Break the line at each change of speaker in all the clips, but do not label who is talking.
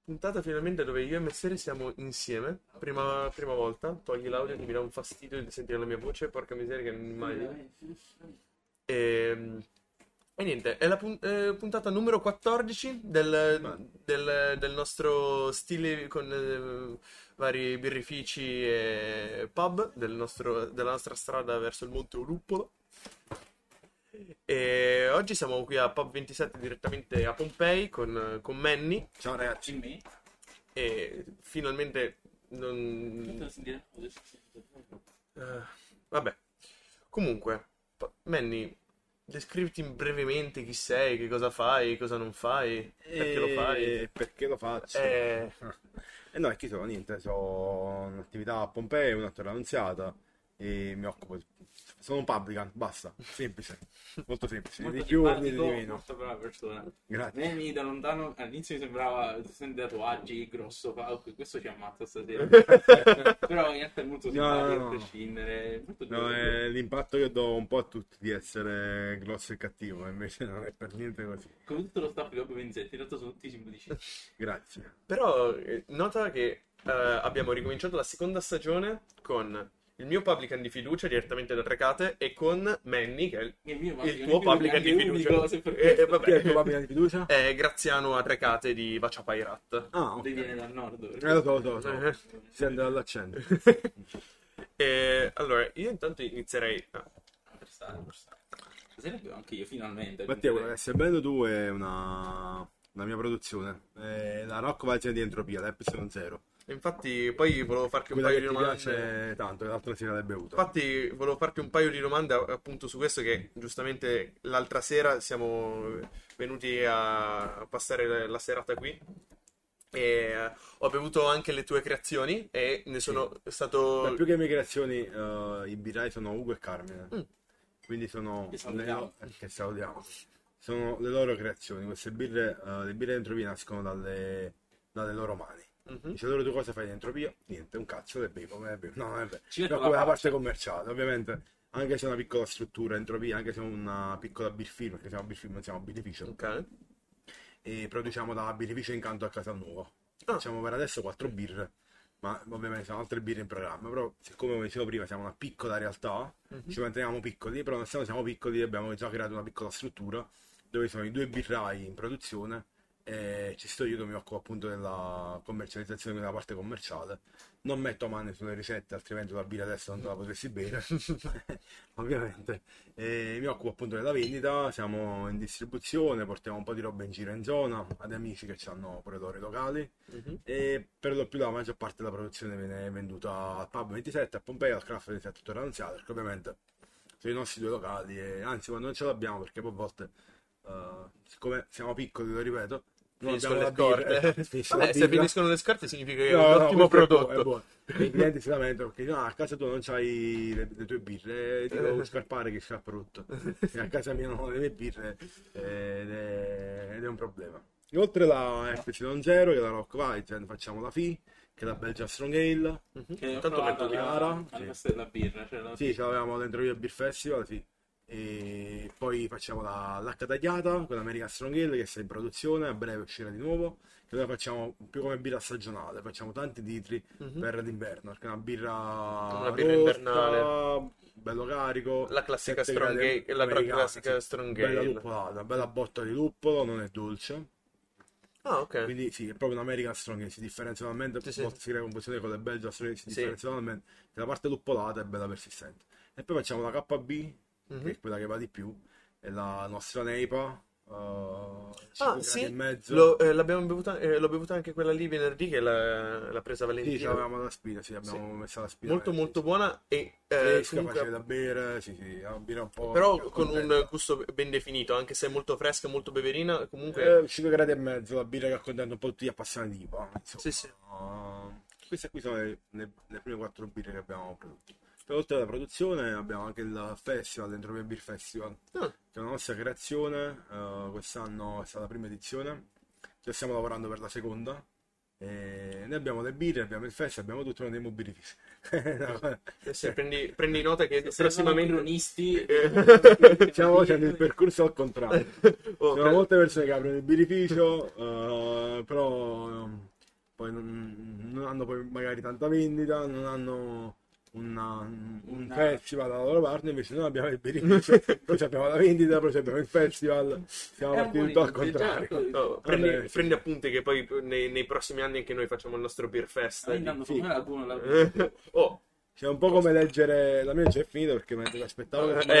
puntata finalmente dove io e Messere siamo insieme. Prima volta. Togli l'audio che mi dà un fastidio di sentire la mia voce. Porca miseria che non immagino. E, e niente, è la puntata numero 14 del nostro stile con vari birrifici e pub della nostra strada verso il Monte Oluppolo. E oggi siamo qui a Pub 27 direttamente a Pompei con Manny
Ciao ragazzi.
e finalmente non... vabbè, comunque, Manny, descriviti brevemente chi sei, che cosa fai, cosa non fai, perché lo fai.
Perché lo faccio?
Eh,
No, è chi sono? Niente, ho un'attività a Pompei, un attore annunziata e mi occupo. Sono un publican, basta, semplice, molto semplice,
Molto
di più e di
simpatico,
meno.
molto brava persona.
Grazie.
Nemi da lontano all'inizio mi sembrava senti tatuaggi, grosso, questo ci ammazza stasera. Però in realtà è molto simpatico
No.
a prescindere. Molto
No,
divertente.
è l'impatto che do un po' a tutti di essere grosso e cattivo, ma invece non è per niente così.
Come tutto lo staff di Robo Venzetti, in realtà sono tutti simpaticissimi.
Grazie.
Però nota che abbiamo ricominciato la seconda stagione con il mio publican di fiducia direttamente da Trecate e con Manny, che è
Il mio
il tuo publican di fiducia.
se per
E
questo
Chi è il tuo
vabbè,
publican di fiducia?
è Graziano a Trecate di Vacia Pairat.
Ah, ok.
lei viene dal nord.
Lo so. Si sente dall'accento.
E allora, io intanto inizierei.
Interessante. Stasera bevo anche io, finalmente.
Matteo, quello che stai bevendo tu è una mia produzione. È la Rock Valzina di Entropia, l'Epsilon Zero.
Infatti, poi volevo farti un
Quella
paio
che
di
ti
domande.
piace tanto, che l'altra sera l'hai bevuta.
Infatti, volevo farti un paio di domande appunto su questo, che giustamente l'altra sera siamo venuti a passare la serata qui. E ho bevuto anche le tue creazioni e ne sono stato.
Beh, più che le mie creazioni, i birrai sono Ugo e Carmine.
Mm.
Quindi sono
Che salutiamo.
che salutiamo. Sono le loro creazioni. Queste birre, le birre di Entropia nascono dalle loro mani.
Mhm.
Dice loro, tu cosa fai di Entropia? Niente, un cazzo, le bevo, me le bevo. No, non è vero.
Ci metto
Però
la
come la
faccia.
parte commerciale, ovviamente. Anche se è una piccola struttura Entropia, anche se è una piccola beer firm, perché siamo beer firm, non siamo birrificio.
Ok.
E produciamo da birrificio Incanto a Casalnuovo.
Ah.
Facciamo per adesso 4 birre, ma ovviamente sono altre birre in programma. Però, siccome come dicevo prima, siamo una piccola realtà, ci manteniamo piccoli, però nonostante siamo piccoli abbiamo già creato una piccola struttura dove sono i 2 birrai in produzione e ci sto io che mi occupo appunto della commercializzazione della parte commerciale. Non metto mano sulle ricette, altrimenti la birra adesso non te la potresti bere, ovviamente. E mi occupo appunto della vendita, siamo in distribuzione, portiamo un po' di roba in giro in zona ad amici che hanno pure loro i locali
Mhm.
e per lo più la maggior parte della produzione viene venduta al Pub 27 a Pompei, al Craft 27 a Torre Annunziata, perché ovviamente sono i nostri 2 locali e anzi quando non ce l'abbiamo, perché poi a volte siccome siamo piccoli, lo ripeto, non
Finiscono le
abbiamo la birra,
scorte.
finisce la
Vabbè, se
birra.
finiscono le scorte significa che è
No,
un
no,
ottimo
questo è buono,
prodotto.
è buono. E i clienti si lamentano perché no, a casa tua non c'hai le tue birre, ti devo scarpare che scarpa rotto. E a casa mia non ho le mie birre ed è un problema. Inoltre la Epsilon Zero, che è la Rock Weizen, facciamo la FI, che è la Belgian Strong Ale.
Mhm.
Che ho
Intanto
provato
metto
chiara,
alla
sì.
festa della birra. Cioè,
Sì, ce l'avevamo dentro io Beer Festival, sì. E poi facciamo l'H tagliata con l'American Strong Ale che sta in produzione, a breve uscirà di nuovo. Che noi facciamo più come birra stagionale, facciamo tanti litri per l'inverno, perché è una birra
birra
rossa,
invernale.
bello carico,
La classica
7
strong
gradi
ale, la
americana,
classica
sì.
strong
Bella
ale.
luppolata, bella botta di luppolo, non è dolce.
Ah, ok.
Quindi sì, è proprio un American Strong Ale, si differenzia totalmente,
Sì,
a
sì.
volte si crea confusione con le Belgian Strong Ale, si
Sì.
differenzia totalmente, che la parte luppolata è bella persistente. E poi facciamo la KB, che è quella che va di più, è la nostra Neipa, 5
Ah,
gradi
sì,
e mezzo.
l'abbiamo bevuta, l'ho bevuta anche quella lì venerdì che l'ha presa
Sì,
Valentina.
avevamo la spina, sì, abbiamo messo la spina.
Molto molto buona e
Fresca,
comunque,
facile da bere, sì, è una birra un po'...
però
più
con un
contenta.
gusto ben definito, anche se è molto fresca, molto beverina, comunque
5 gradi e mezzo, la birra che accontenta un po' tutti gli appassionati di IPA, insomma.
sì, sì.
Queste qui sono le prime 4 birre che abbiamo prodotto. Per oltre alla produzione abbiamo anche il festival, l'Entropia Beer Festival,
Ah,
che è una nostra creazione, quest'anno è stata la prima edizione, ci stiamo lavorando per la seconda. E noi abbiamo le birre, abbiamo il festival, abbiamo tutto, non abbiamo birrifici.
sì, prendi nota che
Se siamo
prossimamente
cronisti,
Stiamo facendo il percorso al contrario. Ci
Oh,
sono molte persone che aprono il birrificio, però hanno poi magari tanta vendita, non hanno un festival dalla loro parte, invece noi abbiamo il beneficio, poi abbiamo la vendita, poi abbiamo il festival, siamo partiti tutto al contrario.
No, prendi appunti che poi nei prossimi anni anche noi facciamo il nostro beer fest. Oh,
Cioè, un po' come leggere, la mia già è finita perché mentre aspettavo che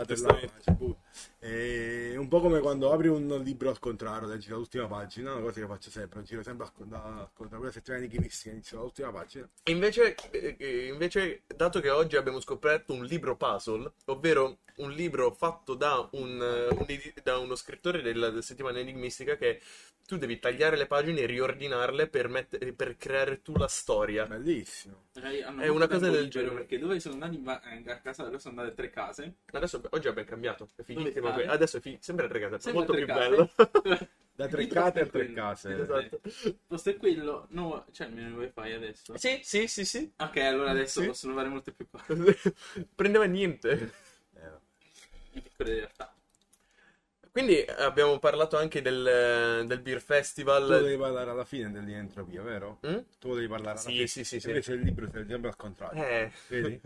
è un po' come quando apri un libro al contrario, leggi l'ultima pagina, una cosa che faccio sempre, giro sempre al contrario, quella settimana di chimisti inizio l'ultima pagina.
Invece, dato che oggi abbiamo scoperto un libro puzzle, ovvero un libro fatto da uno scrittore della settimana enigmistica, che tu devi tagliare le pagine e riordinarle per creare tu la storia.
Bellissimo.
È una cosa del genere.
Perché dove sono andati a casa, dove sono andate 3 case.
Oggi abbiamo cambiato. È fighissimo. Adesso sempre 3 case. È
Sempre
molto
3
più
case.
bello.
Da 3 case a 3 case.
Esatto.
Posto è quello. No, c'è il mio wifi adesso.
Sì.
Ok, allora adesso
Sì.
possono fare molte più cose.
Prendeva niente.
In piccole realtà.
Quindi abbiamo parlato anche del Beer
Tu
Festival.
devi parlare alla fine dell'entropia, vero?
Mm?
Tu devi parlare alla fine.
Sì.
Invece il libro è sempre al contrario. Vedi?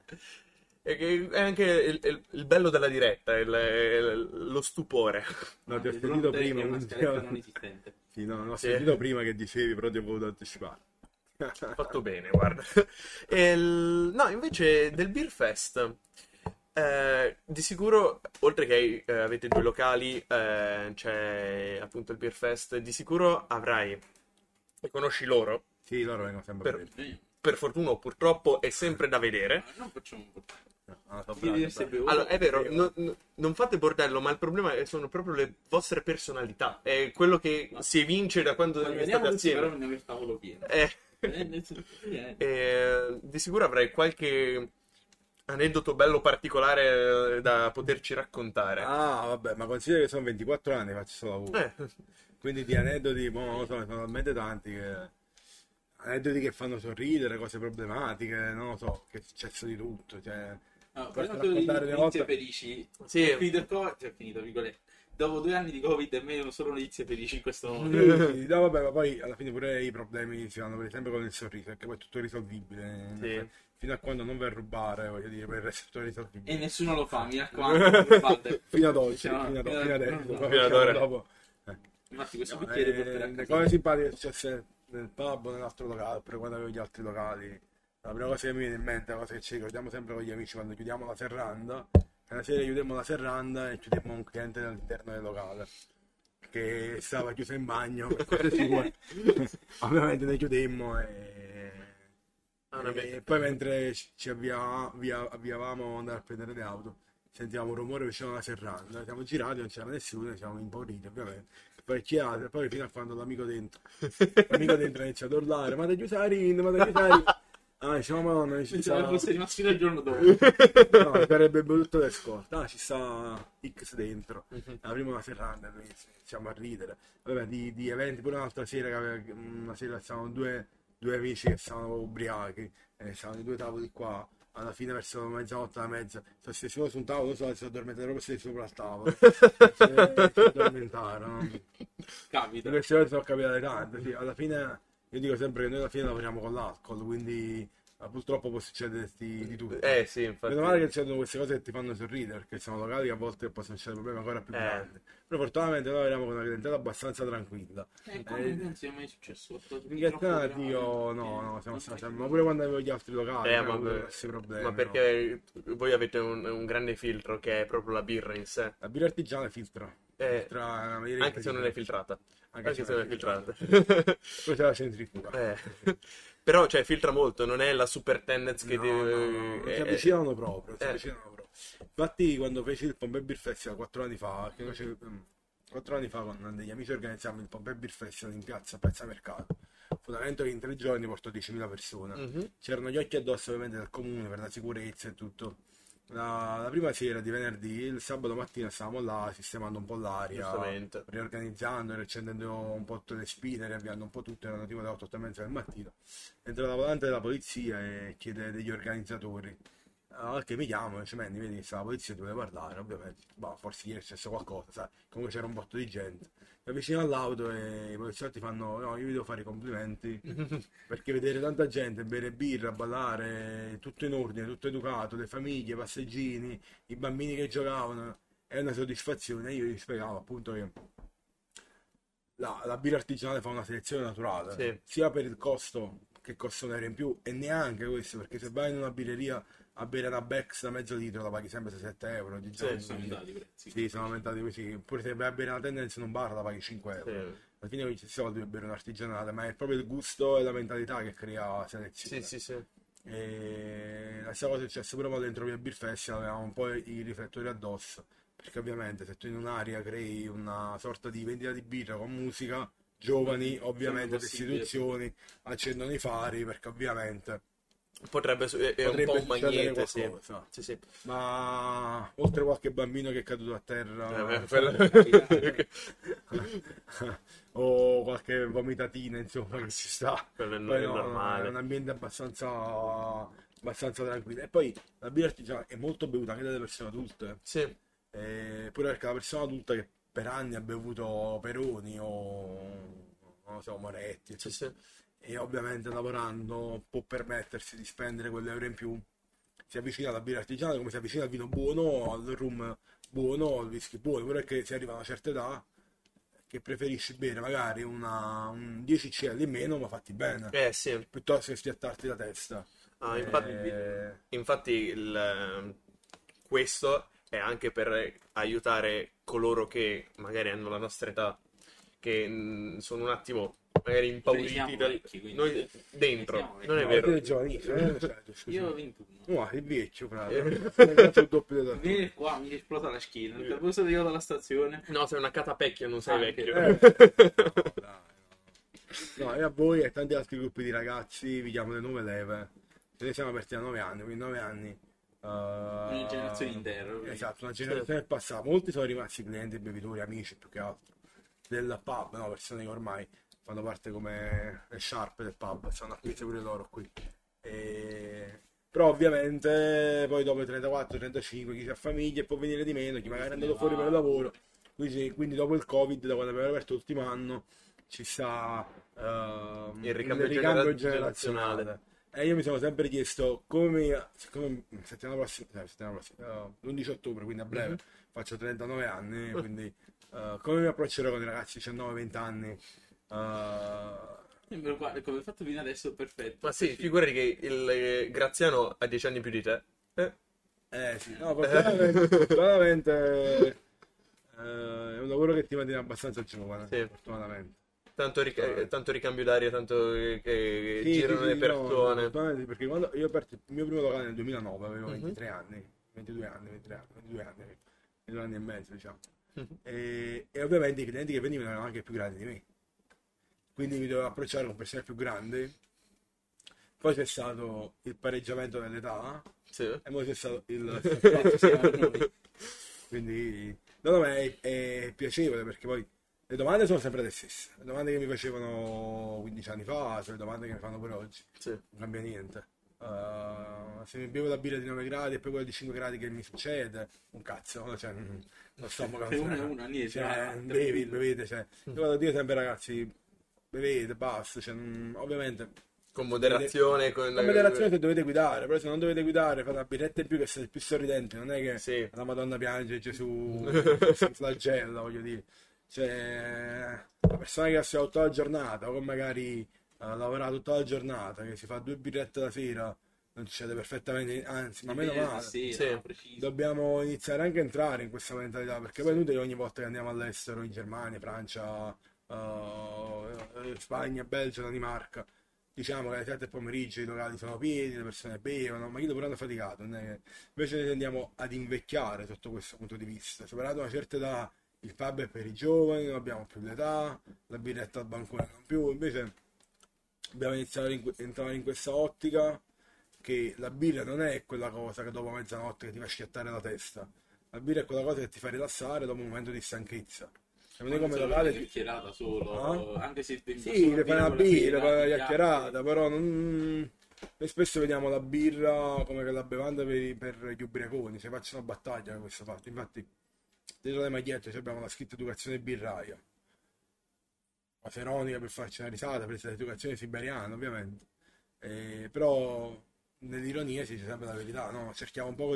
È anche il bello della diretta, lo stupore.
No, ti ho sentito prima.
È una scaletta non esistente.
Sì, no, ho
Sì.
sentito prima che dicevi, però ti ho voluto anticipare.
Fatto bene, guarda. No, invece del Beer Fest, di sicuro, oltre che avete 2 locali, c'è appunto il Beer Fest, di sicuro avrai, e conosci loro,
Sì, loro vengono sempre
Per-
quelli.
per fortuna o purtroppo è sempre da vedere.
Non facciamo un po'.
Ah, so
Di diverse
bravo.
bevute.
Allora, è vero, non fate bordello, ma il problema sono proprio le vostre personalità, è quello che si evince da quando state
Vediamo tutti però
assieme.
ne il tavolo pieno. Nel senso,
Di sicuro avrai qualche aneddoto bello particolare da poterci raccontare.
Ah, vabbè, ma considera che sono 24 anni che faccio questo lavoro.
Eh,
Quindi di aneddoti, boh, non lo so, ne sono talmente tanti che... Aneddoti che fanno sorridere, cose problematiche, non lo so, che è successo di tutto, cioè...
Parliamo
raccontare
di
una
notizie
volta-
felici.
Sì.
È finito il Covid, cioè è finito, virgolette. Dopo 2 anni di Covid e me solo notizie felici in questo momento.
Sì, no, vabbè, ma poi alla fine pure i problemi si vanno per esempio con il sorriso, perché poi è tutto risolvibile.
Sì.
Fino a quando non vai a rubare, voglio dire, per il resto è tutto risolvibile.
E nessuno lo fa, mi raccomando, non lo fate.
Fino ad oggi,
No,
fino
fino
adesso.
no,
poi
fino ad
facciamo
ora.
dopo.
Infatti questo
No,
bicchiere porterà a
le
casa.
cose simpatiche successe nel pub o nell'altro locale, oppure quando avevo gli altri locali. La prima cosa che mi viene in mente, la cosa che ci ricordiamo sempre con gli amici quando chiudiamo la serranda, che una sera chiudemmo la serranda e chiudemmo un cliente all'interno del locale che stava chiuso in bagno per cose sue. Ovviamente ne chiudemmo e poi mentre ci avviavamo ad andare a prendere le auto sentivamo un rumore vicino alla serranda, siamo girati, non c'era nessuno, siamo impauriti ovviamente. Poi chiaro, poi fino a quando l'amico dentro ha iniziato a urlare, ma da chiusare ma da chiusare. Ah, diciamo, ma non ci
Pensavo
sta.
fosse rimasto fino al giorno dopo.
No, sarebbe brutto le scorte. Ah, ci sta X dentro. Apriamo la serranda e noi iniziamo a ridere. Vabbè, di eventi, pure un'altra sera, una sera stavano due amici che stavano ubriachi, stavano i 2 tavoli qua. Alla fine verso mezzanotte e mezza si stessimo su un tavolo, non so, si addormentarono proprio stessi sopra il tavolo. Si addormentarono.
Capita.
Queste cose sono capitate tante, sì. Alla fine, io dico sempre che noi alla fine lavoriamo con l'alcol, quindi purtroppo può succederti di tutto.
Sì, infatti.
Meno male che succedono queste cose che ti fanno sorridere, perché sono locali che a volte possono succedere problemi ancora più grandi. Però fortunatamente noi lavoriamo con una clientela abbastanza tranquilla.
Come non sia mai successo?
Ringraziati io, no, siamo stati, ma pure quando avevo gli altri locali,
Ma,
abbiamo avuto questi problemi.
ma perché voi avete un grande filtro che è proprio la birra in sé.
La birra artigiana filtra. Filtra una maniera
Anche se non è
incredibile.
filtrata.
Anche se
se non è filtrata.
Poi c'è la centrifuga.
Però, cioè, filtra molto, non è la super tendenza che
Non si avvicinano proprio, Infatti quando feci il Pompei Beer Festival 4 anni fa, che noi 4 anni fa con degli amici organizzavamo il Pompei Beer Festival in piazza Mercato. Fu un evento che in 3 giorni portò 10.000 persone. C'erano gli occhi addosso ovviamente del comune per la sicurezza e tutto. La prima sera di venerdì, il sabato mattina stavamo là sistemando un po' l'aria,
Giustamente.
riorganizzando, riaccendendo un po' tutte le spine, riavviando un po' tutto, erano tipo le 8:30 del mattino. Entra la volante della polizia e chiede degli organizzatori Che mi chiamano, dice, "Man, vedi che sta la polizia ti vuole parlare", ovviamente, boh, forse ieri è successo qualcosa, sai, comunque c'era un botto di gente. Mi avvicino all'auto e i poliziotti fanno, no, io vi devo fare i complimenti, perché vedere tanta gente, bere birra, ballare, tutto in ordine, tutto educato, le famiglie, i passeggini, i bambini che giocavano, è una soddisfazione. Io gli spiegavo appunto che la birra artigianale fa una selezione naturale,
Sì.
sia per il costo, che costa un euro in più, e neanche questo, perché se vai in una birreria a bere una Bex da mezzo litro la paghi sempre 7 euro di giorno.
Sono aumentati i prezzi.
Sì, sono aumentati così. Pure se vai a bere una tendenza in un bar la paghi 5 euro.
Sì.
Alla fine questi soldi per bere un artigianale, ma è proprio il gusto e la mentalità che crea selezione.
Sì, sì, sì.
E la stessa cosa è successa pure dentro via Beer Festival, avevamo un po' i riflettori addosso, perché ovviamente se tu in un'area crei una sorta di vendita di birra con musica, giovani, ovviamente, le
possibile.
istituzioni accendono i fari, perché ovviamente
È un
potrebbe
po' un
succedere
magnete, sì.
qualcosa.
Sì, sì.
Ma oltre qualche bambino che è caduto a terra o qualche vomitatina, insomma, che ci sta.
Quello è
Poi no,
normale.
è un ambiente abbastanza tranquillo. E poi la birra artigianale è molto bevuta anche dalle persone adulte,
Sì,
pure perché la persona adulta che per anni ha bevuto Peroni o non lo so, Moretti,
sì,
eccetera,
sì.
e ovviamente lavorando può permettersi di spendere quell'euro in più, si avvicina alla birra artigianale come si avvicina al vino buono, al rum buono, al whisky buono, però è che si arriva a una certa età che preferisci bere magari un 10 CL in meno ma fatti bene,
Sì.
piuttosto che schiattarti la testa.
Ah,
Eh,
infatti questo è anche per aiutare coloro che magari hanno la nostra età, che sono un attimo magari impauriti
Siamo vecchi, quindi.
noi dentro,
Siamo vecchi.
non è
no,
vero.
siete giovanissimi, cioè,
Io ho 21.
no, è vecchio,
Eh.
il doppio della tua.
Vieni qua, mi esplota la schiena. Per questo arrivo dalla stazione.
No, sei una catapecchia, non sei
Anche.
vecchio.
No, dai, no. No, e a voi e a tanti altri gruppi di ragazzi vi chiamo le nuove leve. Noi siamo aperti da 9 anni, quindi 9 anni.
Una generazione intera. quindi.
Esatto, una generazione passata. Molti sono rimasti clienti, bevitori, amici più che altro del pub, no? Persone che ormai fanno parte come le sciarpe del pub, sono appese pure loro qui. Però ovviamente poi dopo i 34-35 chi si ha famiglia può venire di meno, chi magari è andato fuori per il lavoro. Quindi dopo il Covid, da quando abbiamo aperto l'ultimo anno, ci sta
Il ricambio generazionale.
E io mi sono sempre chiesto siccome settimana prossima, l'11 ottobre, quindi a breve, faccio 39 anni, quindi come mi approccerò con i ragazzi 19-20 anni?
Guarda, come hai fatto fino adesso, perfetto.
Ma sì, figurati che il Graziano ha 10 anni più di te.
Sì, no, fortunatamente è un lavoro che ti mantiene abbastanza giovane,
Sì.
fortunatamente.
Tanto ricambio d'aria, tanto che
Sì,
girano le
no,
persone.
fortunatamente, perché quando io ho aperto il mio primo locale nel 2009 avevo 23 anni, 22 anni, 22 anni e mezzo, diciamo. E ovviamente i clienti che venivano erano anche più grandi di me, quindi mi dovevo approcciare con persone più grandi. Poi c'è stato il pareggiamento dell'età
Sì.
e poi c'è stato
Ci siamo noi.
quindi no, ma è piacevole, perché poi le domande sono sempre le stesse, le domande che mi facevano 15 anni fa sono le domande che mi fanno pure oggi,
Sì.
non cambia niente. Se mi bevo la birra di 9 gradi e poi quella di 5 gradi, che mi succede? Un cazzo, cioè, non sto
Se uno è uno, niente.
cioè,
tranquillo.
bevete, cioè, io vado a dire sempre ragazzi, bevete, basta, cioè, ovviamente
Con moderazione, con
la moderazione se dovete guidare, però se non dovete guidare fate una birretta in più che siete più sorridenti, non è che
Sì.
la Madonna piange, Gesù si flagella, voglio dire. Cioè, la persona che ha studiato tutta la giornata, o magari lavora tutta la giornata, che si fa 2 birrette la sera, non succede perfettamente, anzi, ma meno male.
Sì,
Sì.
no, preciso.
Dobbiamo iniziare anche a entrare in questa mentalità, perché poi noi ogni volta che andiamo all'estero, in Germania, Francia, Spagna, Belgio, Danimarca, diciamo che alle 7 del pomeriggio i locali sono pieni, le persone bevono, ma io pure hanno faticato, non è che... Invece noi tendiamo ad invecchiare sotto questo punto di vista. Superato una certa età, il pub è per i giovani, non abbiamo più l'età, la birretta al bancone non più, invece dobbiamo iniziare a entrare in questa ottica che la birra non è quella cosa che dopo mezzanotte che ti fa schiattare la testa, la birra è quella cosa che ti fa rilassare dopo un momento di stanchezza. Cioè, non è come
Solo
locale
una chiacchierata solo, anche se
sì, le fai una birra, fai una chiacchierata, però non... Noi spesso vediamo la birra come che la bevanda per gli ubriaconi, si faccia una battaglia da questa parte. Infatti, dietro le magliette abbiamo la scritta educazione birraia. Cosa ironica per farci una risata, presa dall'educazione siberiana, ovviamente. Però nell'ironia si dice sempre la verità, no? Cerchiamo un po'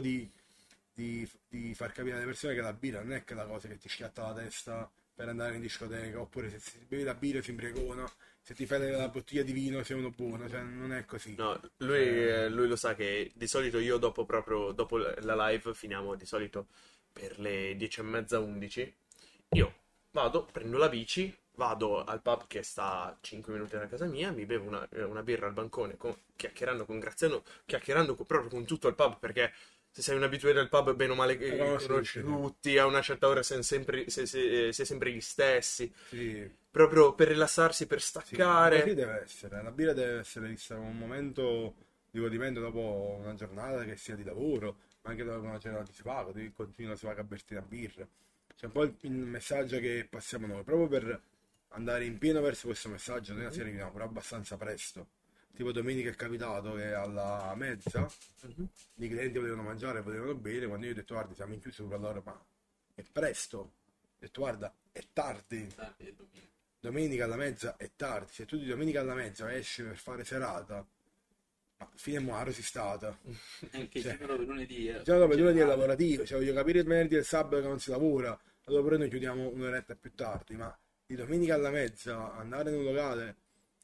di far capire alle persone che la birra non è che la cosa che ti schiatta la testa per andare in discoteca, oppure se si bevi la birra si imbriacona, se ti fai la bottiglia di vino sei uno buono, cioè non è così.
No, lui lo sa che di solito io dopo la live finiamo di solito per le 10:30, 11. Io vado, prendo la bici, vado al pub che sta a 5 minuti da casa mia, mi bevo una birra al bancone, chiacchierando con Graziano, proprio con tutto il pub, perché se sei un abitué del pub, bene o male, conosci tutti, a una certa ora sei sempre gli stessi,
Sì,
proprio per rilassarsi, per
sì,
staccare.
così deve essere. La birra deve essere vista come un momento di godimento dopo una giornata che sia di lavoro, ma anche dopo una giornata di svago, di continuo svago a berti una birra. C'è un po' il messaggio che passiamo noi, proprio per andare in pieno verso questo messaggio, noi ci arriviamo però abbastanza presto. Tipo domenica è capitato che alla mezza
Mhm.
i clienti volevano mangiare, volevano bere, quando io ho detto guarda siamo in chiusura, allora ma è presto. Ho detto guarda è tardi,
Tardi e domenica.
domenica alla mezza è tardi, se tu di domenica alla mezza esci per fare serata, ma fine muaro si stata.
Anche il
Cioè,
giorno dopo lunedì
il giorno dopo lunedì è
generale.
lavorativo, cioè voglio capire il venerdì e il sabato che non si lavora, allora però noi chiudiamo un'oretta più tardi, ma di domenica alla mezza andare in un locale,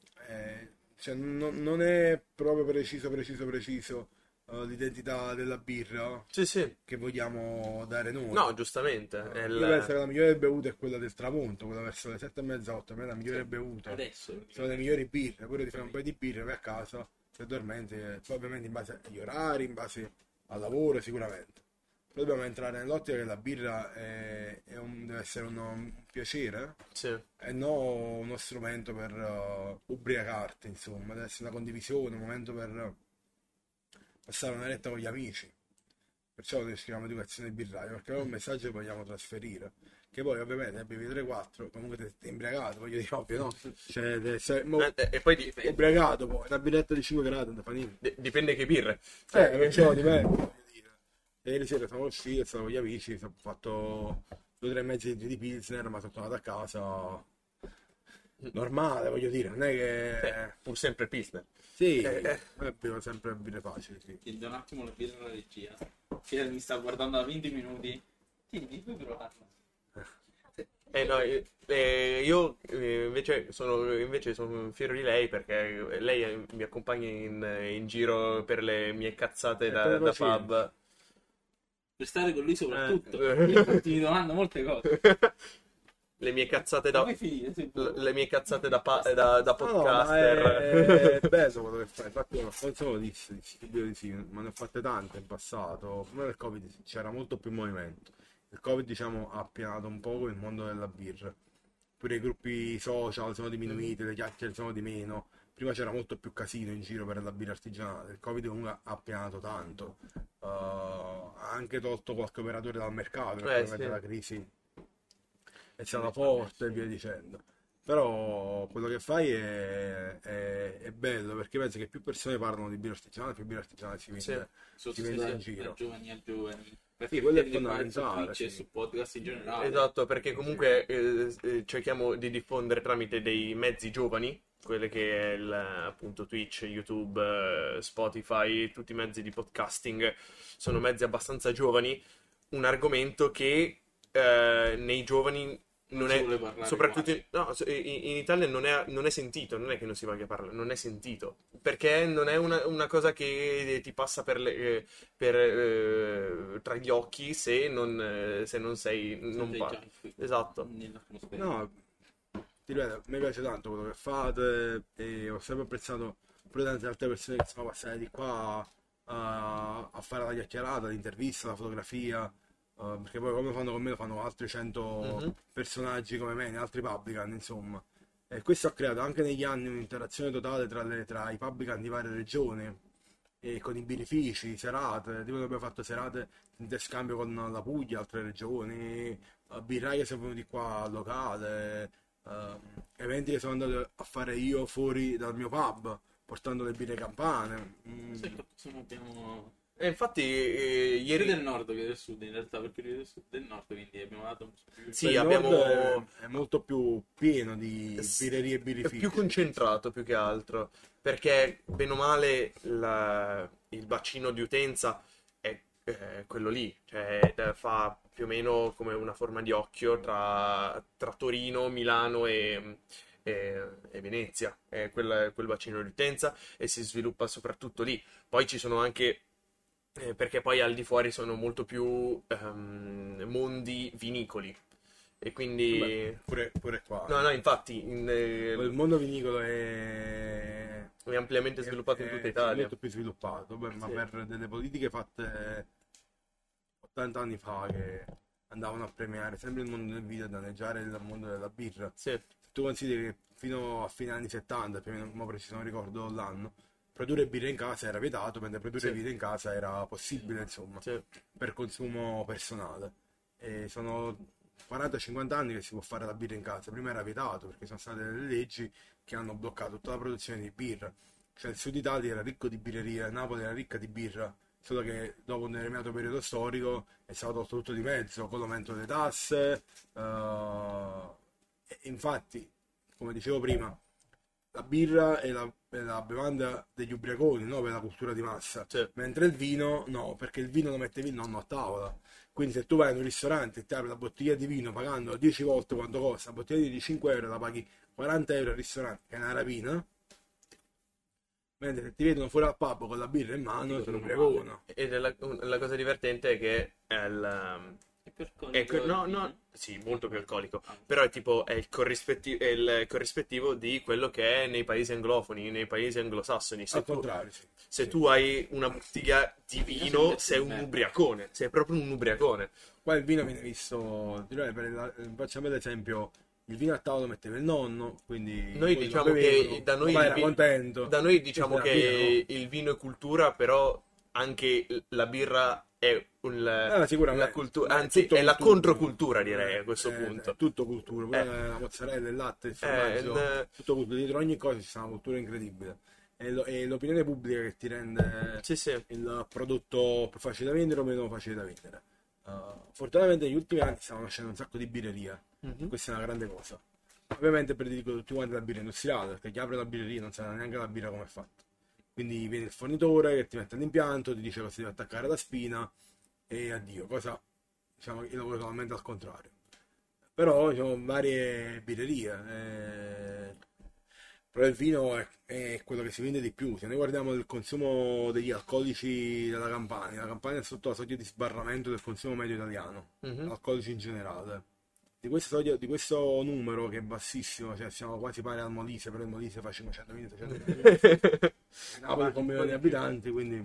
cioè, non è proprio preciso l'identità della birra
Sì, sì.
che vogliamo dare noi.
No, giustamente.
Io penso che la migliore bevuta è quella del tramonto, quella verso le 7:30, 8, per me è la migliore bevuta.
Adesso.
Sono le migliori birre, pure ti fai un po' di birre, vai a casa, ti addormenti, poi ovviamente in base agli orari, in base al lavoro sicuramente. Poi dobbiamo entrare nell'ottica che la birra deve essere un piacere
Sì.
e non uno strumento per ubriacarti, insomma, deve essere una condivisione, un momento per passare un'oretta con gli amici. Perciò lo descriviamo educazione birraia, perché è un messaggio che vogliamo trasferire. Che poi ovviamente bevi 3-4, comunque ti sei imbriacato, voglio dire, ovvio, no? Cioè,
E poi
ubriacato poi, una birretta di 5 gradi, non fa niente.
dipende che birre.
Perciò dipende, voglio dire. E ieri sera siamo usciti, stavo con gli amici, ho fatto 2 o 3 mezzi di Pilsner, ma sono tornato a casa normale, voglio dire, non è che...
Pur sempre Pilsner.
Sì, bevo sempre birre facili, sì.
Ti do un attimo la birra alla regia. Che mi sta guardando da 20 minuti. Tieni, puoi provarla.
No, io invece sono fiero di lei perché lei mi accompagna in giro per le mie cazzate
come
da
facevi?
pub.
Per stare con lui soprattutto.
Eh.
Infatti mi domando molte cose.
Le mie cazzate
Come finire?
le mie cazzate da
No, ma
podcaster.
è bello quello che fai. Infatti, non so dissi di sì, ma ne ho fatte tante in passato. Prima del Covid c'era molto più movimento. Il Covid, diciamo, ha appianato un po' il mondo della birra. Pure i gruppi social sono diminuiti, le chiacchiere sono di meno. Prima c'era molto più casino in giro per la birra artigianale. Il Covid comunque ha appianato tanto. Ha anche tolto qualche operatore dal mercato perché
Sì.
ovviamente la crisi è stata forte e via dicendo. Però quello che fai è bello perché penso che più persone parlano di birra artigianale, più birra artigianale si vende, si vende in giro.
Da giovani a giovani.
Sì, quello è
Perché fare su
fondamentale,
Twitch e
sì.
su podcast in generale.
Esatto, perché comunque cerchiamo di diffondere tramite dei mezzi giovani, quelle che è appunto Twitch, YouTube, Spotify, tutti i mezzi di podcasting sono mezzi abbastanza giovani, un argomento che nei giovani non
si
è,
vuole parlare
soprattutto
quasi.
no, in Italia non è sentito, non è che non si voglia parlare, non è sentito, perché non è una cosa che ti passa tra gli occhi se non sei, non
Sei
parli.
già qui,
Esatto.
nell'atmosfera.
No, ti ripeto, mi piace tanto quello che fate e ho sempre apprezzato pure tante altre persone che sono passate di qua a fare la chiacchierata, l'intervista, la fotografia, perché poi come fanno con me lo fanno altri 100
Mhm.
personaggi come me, in altri publican, insomma. E questo ha creato anche negli anni un'interazione totale tra i publican di varie regioni e con i birrifici, serate, tipo noi abbiamo fatto serate in interscambio con la Puglia, altre regioni, birrai che sono venuti qua al locale, eventi che sono andato a fare io fuori dal mio pub, portando le birre campane.
Sai che cosa abbiamo...
E infatti
Io
ieri
del nord che del sud in realtà, perché io del nord, quindi abbiamo dato un po' più...
sì,
Il
abbiamo
nord è molto più pieno di birrerie e
è
birrifici.
più concentrato più che altro, perché bene o male il bacino di utenza è quello lì, cioè fa più o meno come una forma di occhio tra Torino, Milano e Venezia, è quel bacino di utenza e si sviluppa soprattutto lì. Poi ci sono anche perché poi al di fuori sono molto più mondi vinicoli e quindi
Vabbè, pure qua.
no, no, infatti
Il mondo vinicolo è
ampiamente sviluppato in tutta Italia.
molto più sviluppato, beh, ma
Sì.
per delle politiche fatte 80 anni fa che andavano a premiare sempre il mondo del vino e danneggiare il mondo della birra.
Sì,
Se tu consideri che fino a fine anni 70, più o meno, mo preciso non ricordo l'anno, produrre birra in casa era vietato, mentre produrre
Sì.
vino in casa era possibile, insomma,
sì,
per consumo personale. E sono 40-50 anni che si può fare la birra in casa. Prima era vietato perché sono state delle leggi che hanno bloccato tutta la produzione di birra. Cioè il sud Italia era ricco di birreria, Napoli era ricca di birra, solo che dopo un determinato periodo storico è stato tolto tutto di mezzo, con l'aumento delle tasse. E infatti, come dicevo prima, la birra è la bevanda degli ubriaconi, no? Per la cultura di massa.
sì.
Mentre il vino no, perché il vino lo mettevi il nonno a tavola. Quindi se tu vai in un ristorante e ti apri la bottiglia di vino pagando 10 volte quanto costa, la bottiglia di 5 euro la paghi 40 euro al ristorante, che è una rapina. Mentre se ti vedono fuori al pub con la birra in mano, te lo ubriacona.
Ed la cosa divertente è che
È per
no, no, sì, molto più alcolico, però è tipo è il corrispettivo di quello che è nei paesi anglofoni, nei paesi anglosassoni.
Al contrario, sì.
Se tu hai una bottiglia di vino, sei un ubriacone, sei proprio un ubriacone.
Qua il vino viene visto, direi, facciamo l'esempio, il vino a tavola lo metteva il nonno, quindi
Noi
poi
diciamo
lo bevevano,
che da noi,
papà era contento.
da noi diciamo
La birra,
che il vino è cultura, però anche la birra è
sicuramente.
la cultura,
È
anzi
tutto
è la
cultura.
controcultura direi a questo punto.
È tutto cultura, pure
Eh.
la mozzarella, il latte, il formaggio, tutto cultura. Dietro ogni cosa ci sta una cultura incredibile. È l'opinione pubblica che ti rende
Sì, sì.
il prodotto più facile da vendere o meno facile da vendere. Fortunatamente negli ultimi anni stanno nascendo un sacco di birrerie,
Mhm.
questa è una grande cosa. Ovviamente prediligo tutti quanti la birra industriale, perché chi apre la birreria non sa neanche la birra come è fatta. Quindi viene il fornitore che ti mette l'impianto, ti dice cosa devi attaccare alla spina e addio. Cosa, diciamo, io lavoro totalmente al contrario. Però diciamo, varie birrerie. Però il vino è quello che si vende di più. Se noi guardiamo il consumo degli alcolici della Campania, la Campania è sotto la soglia di sbarramento del consumo medio italiano,
Mhm.
alcolici in generale. Di questa soglia, di questo numero che è bassissimo, cioè siamo quasi pari al Molise, però il Molise fa 500.000, 600.000, Napoli con milioni di abitanti, quindi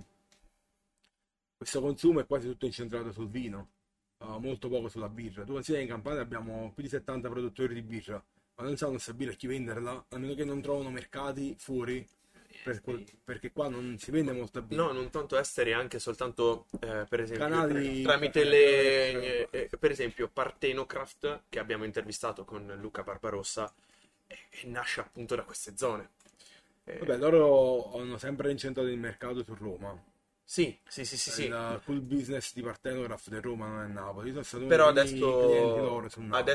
questo consumo è quasi tutto incentrato sul vino, molto poco sulla birra. Tu consideri in Campania abbiamo più di 70 produttori di birra, ma non sanno stabilire a chi venderla, a meno che non trovano mercati fuori, perché qua non si vende molta birra.
No, non tanto esteri, anche soltanto per esempio
Canali-
tramite le per esempio Partenocraft che abbiamo intervistato con Luca Barbarossa e nasce appunto da queste zone.
Vabbè, loro hanno sempre incentrato il mercato su Roma.
Sì, sì, sì, sì, sì.
Il cool business di Partenograph di Roma non è Napoli. Io sono stato uno
Però
dei primi clienti loro su Napoli.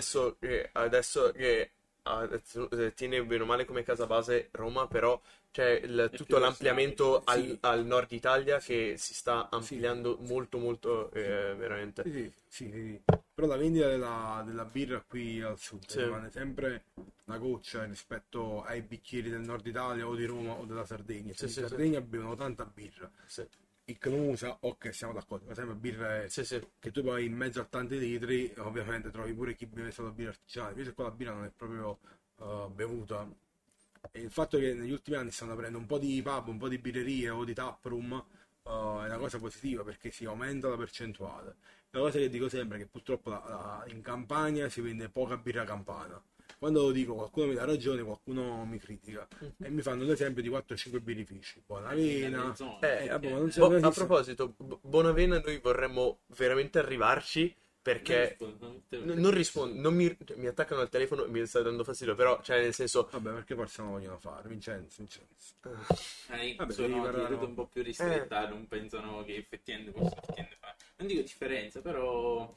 adesso tiene bene o male come casa base Roma, però c'è tutto
più
l'ampliamento
Sì.
al nord Italia che si sta ampliando molto, molto veramente.
Sì. Però la vendita della birra qui al sud
Sì.
rimane sempre una goccia rispetto ai bicchieri del nord Italia o di Roma o della Sardegna.
Sì,
In
sì,
Sardegna bevono tanta birra.
Sì,
Il Canusa, ok, siamo d'accordo, ma sempre birra è
sì, sì.
che tu poi in mezzo a tanti litri ovviamente trovi pure chi beve solo birra artigianale, invece qua la birra non è proprio bevuta. E il fatto che negli ultimi anni stanno aprendo un po' di pub, un po' di birrerie o di taproom è una cosa positiva perché si aumenta la percentuale. La cosa che dico sempre è che purtroppo in Campania si vende poca birra campana. Quando lo dico qualcuno mi dà ragione, qualcuno mi critica e mi fanno l'esempio di 4-5 birrifici. Buonavena, vabbè, ma non
A
esiste.
proposito, Bonavena noi vorremmo veramente arrivarci perché non rispondo, mi attaccano al telefono e mi sta dando fastidio, però, cioè, nel senso...
Vabbè, perché forse non vogliono fare, Vincenzo. Vabbè,
sono
devi
di
parlare
rete un po' più ristretta, non pensano che effettivamente possa fare. Non dico differenza, però...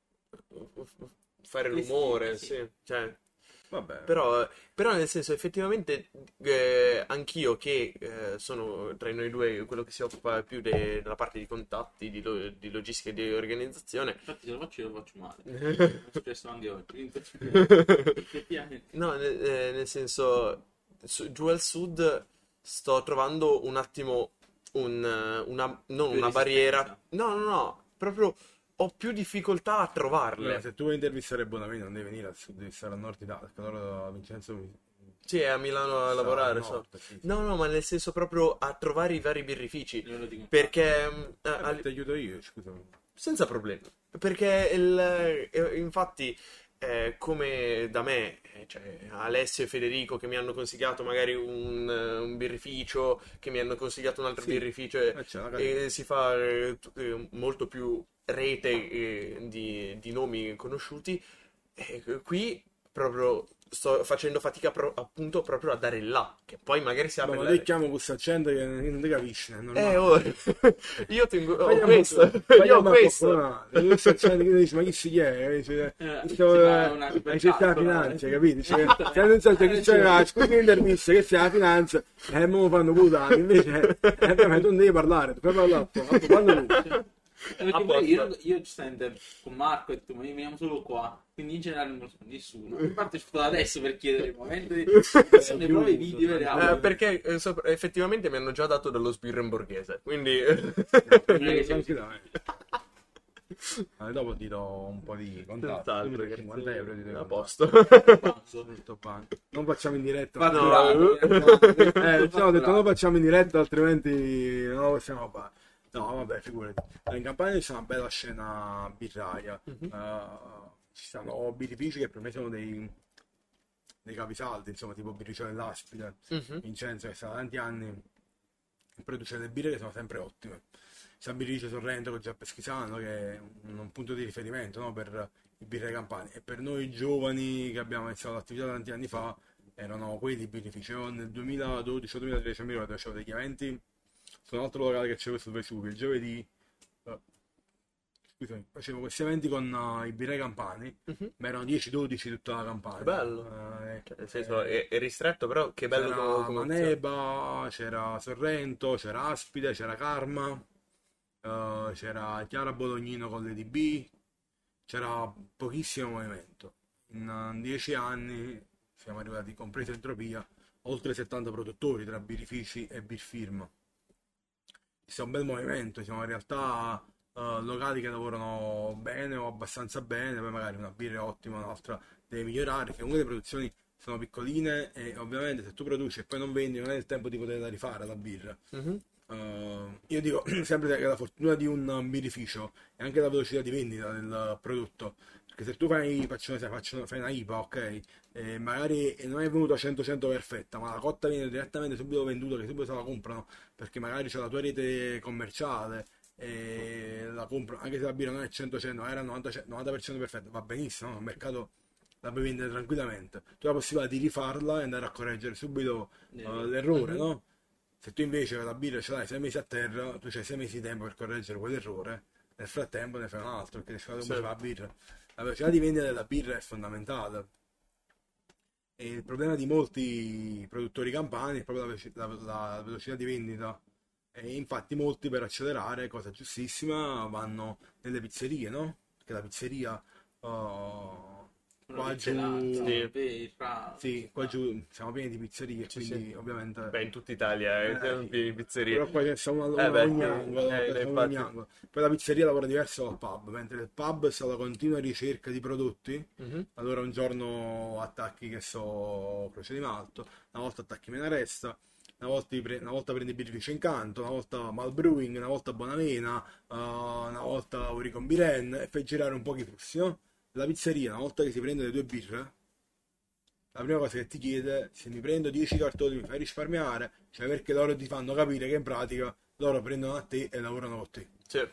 fare rumore, sì, cioè...
Vabbè.
Però nel senso effettivamente anch'io che sono tra noi due quello che si occupa più della parte di contatti, di logistica e di organizzazione.
Infatti se lo faccio male. È successo anche oggi. Effettivamente.
No, nel senso giù al sud sto trovando un attimo non
Più
una barriera.
resistenza.
No, proprio ho più difficoltà a trovarle.
Se tu vuoi intervistare Bonavena non devi venire al sud, devi stare al nord Italia, perché allora Vincenzo
Sì, è a Milano a lavorare,
al
so.
nord, sì.
No, ma nel senso proprio a trovare i vari birrifici.
Io lo dico.
Perché
Ti aiuto io, scusami.
senza problemi. Perché infatti, come da me, cioè Alessio e Federico che mi hanno consigliato magari un birrificio, che mi hanno consigliato un altro
Sì,
birrificio,
c'è una catena.
e si fa molto più rete di nomi conosciuti. Qui proprio sto facendo fatica appunto proprio a dare là, che poi magari si apre
Ma
la...
te chiamo questo accento che non ti capisci, è normale.
Oh, io tengo, ho
Fagli
questo, io ho
Fagliamo
questo.
questo accento che dici, ma chi si è? Dice,
si fa una
hai cercato la
supercalcola.
finanza, capito? Cioè, se non so che c'è, scusi l'intervista che c'è la finanza, mo fanno puttane, invece, ovviamente non devi parlare, tu parla l'altro, quando tu.
Perché poi io giustamente con Marco ho detto, ma io veniamo solo qua, quindi in generale non lo so nessuno. A parte sto adesso per chiedere il momento sono le prove video e le audio.
Perché effettivamente mi hanno già dato dello sbirro in borghese, quindi...
Dopo ti do un po' di contatto.
Senz'altro,
50 euro ti do
a
in
posto.
contatto. Non facciamo in diretta.
Fatturato.
Ci ho detto non facciamo in diretta, altrimenti non lo possiamo fare. No, vabbè, figurati. In Campania c'è una bella scena birraia. Ci stanno birrifici che per me sono dei capisaldi, insomma, tipo Birrificio dell'Aspide, Vincenzo, che sta da tanti anni produce delle birre che sono sempre ottime. San Birrificio Sorrento con Giuseppe Schisano, che è un punto di riferimento, no, per i birre campani. E per noi giovani che abbiamo iniziato l'attività tanti anni fa, erano quelli birrifici. Io nel 2012-2013 mi ricordo facevo degli eventi su un altro locale che c'è sul Vesuvio, il giovedì. Scusami, facevo questi eventi con i birre campani, ma erano 10-12 tutta la campagna.
Bello. Nel senso, è ristretto, però che bello
C'era
come
Maneba, c'era Sorrento, c'era Aspide, c'era Karma, c'era Chiara Bolognino con l'EDB, c'era pochissimo movimento. In 10 anni siamo arrivati, compreso Entropia, oltre 70 produttori tra birrifici e beer firm. C'è un bel movimento, siamo in realtà locali che lavorano bene o abbastanza bene, poi magari una birra è ottima, un'altra deve migliorare, perché comunque le produzioni sono piccoline e ovviamente se tu produci e poi non vendi non hai il tempo di poterla rifare la birra. Io dico sempre che la fortuna di un birrificio è anche la velocità di vendita del prodotto, perché se tu fai una IPA, ok, e magari non è venuta 100% perfetta, ma la cotta viene direttamente subito venduta, che subito se la comprano, perché magari c'è la tua rete commerciale e la comprano, anche se la birra non è 100-100, ma era 90% perfetta, va benissimo, no? Il mercato la puoi vendere tranquillamente, tu hai la possibilità di rifarla e andare a correggere subito l'errore, no? Se tu invece la birra ce l'hai 6 mesi a terra, tu c'hai 6 mesi di tempo per correggere quell'errore, nel frattempo ne fai un altro, perché la birra. La velocità di vendita della birra è fondamentale. E il problema di molti produttori campani è proprio la velocità di vendita. E infatti molti per accelerare, cosa giustissima, vanno nelle pizzerie, no? Perché la pizzeria qua giù, sì, qua giù siamo pieni di pizzerie, quindi ovviamente...
Beh, in tutta Italia siamo pieni di pizzerie.
Però qua c'è ogni angolo. Poi la pizzeria lavora diverso dal pub, mentre il pub sta alla continua ricerca di prodotti. Allora un giorno attacchi, che so, Croce di Malto, una volta attacchi Menaresta, una volta prendi Birrificio Incanto, una volta Malbrewing, una volta Bonavena, una volta Oricon Biren, e fai girare un po' i flussi, no? La pizzeria, una volta che si prende le 2 birre, la prima cosa che ti chiede: se mi prendo 10 cartoni mi fai risparmiare, cioè perché loro ti fanno capire che in pratica loro prendono a te e lavorano con te.
Sì.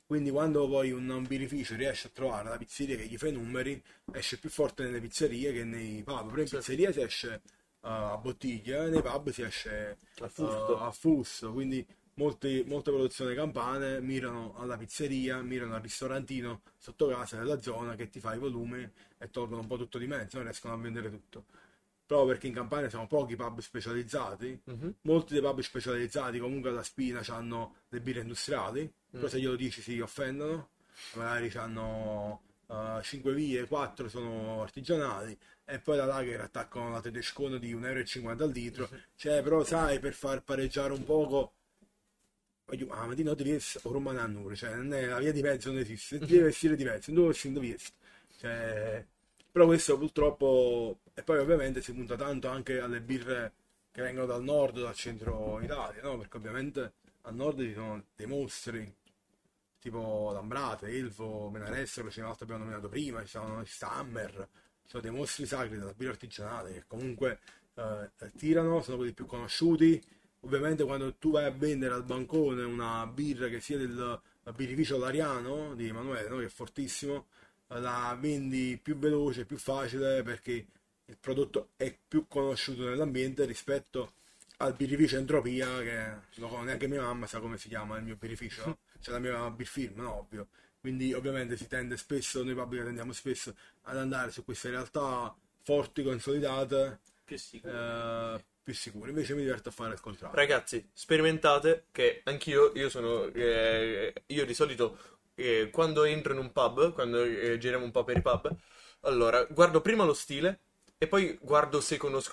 Quindi quando poi un birrificio riesce a trovare la pizzeria che gli fa i numeri, esce più forte nelle pizzerie che nei pub. Però in
Sì.
pizzeria si esce a bottiglia, nei pub si esce
A fusto.
a fusto. Quindi molte produzioni campane mirano alla pizzeria, mirano al ristorantino sotto casa della zona che ti fa i volumi e tolgono un po' tutto di mezzo, non riescono a vendere tutto. Proprio perché in Campania siamo pochi pub specializzati,
Mhm.
molti dei pub specializzati comunque alla Spina hanno le birre industriali, però
Mm.
se glielo dici si offendono, magari hanno 5 vie, 4 sono artigianali e poi la Lager attaccano la tedescona di 1,50 € al litro, cioè però sai per far pareggiare un poco, ah, ma di no devi essere un romano a nure, cioè non è, la via di mezzo non esiste, devi vestire diverso, non devi vestire, cioè, però questo purtroppo, e poi ovviamente si punta tanto anche alle birre che vengono dal nord, dal centro Italia, no? Perché ovviamente al nord ci sono dei mostri, tipo Lambrate, Elfo, Menarestro, ce l'altro abbiamo nominato prima, ci sono i Stammer, ci sono dei mostri sacri della birra artigianale che comunque tirano, sono quelli più conosciuti. Ovviamente quando tu vai a vendere al bancone una birra che sia del birrificio Lariano di Emanuele, no? Che è fortissimo, la vendi più veloce, più facile perché il prodotto è più conosciuto nell'ambiente rispetto al birrificio Entropia, che neanche mia mamma sa come si chiama il mio birrificio, no? C'è la mia beer firm, no? Ovvio. Quindi ovviamente si tende spesso, noi pubblica tendiamo spesso ad andare su queste realtà forti, consolidate,
Più sicuro.
più sicure. Invece mi diverto a fare il contrario.
Ragazzi, sperimentate che anch'io, io di solito quando entro in un pub, quando giriamo un po' per i pub, allora guardo prima lo stile e poi guardo se conosco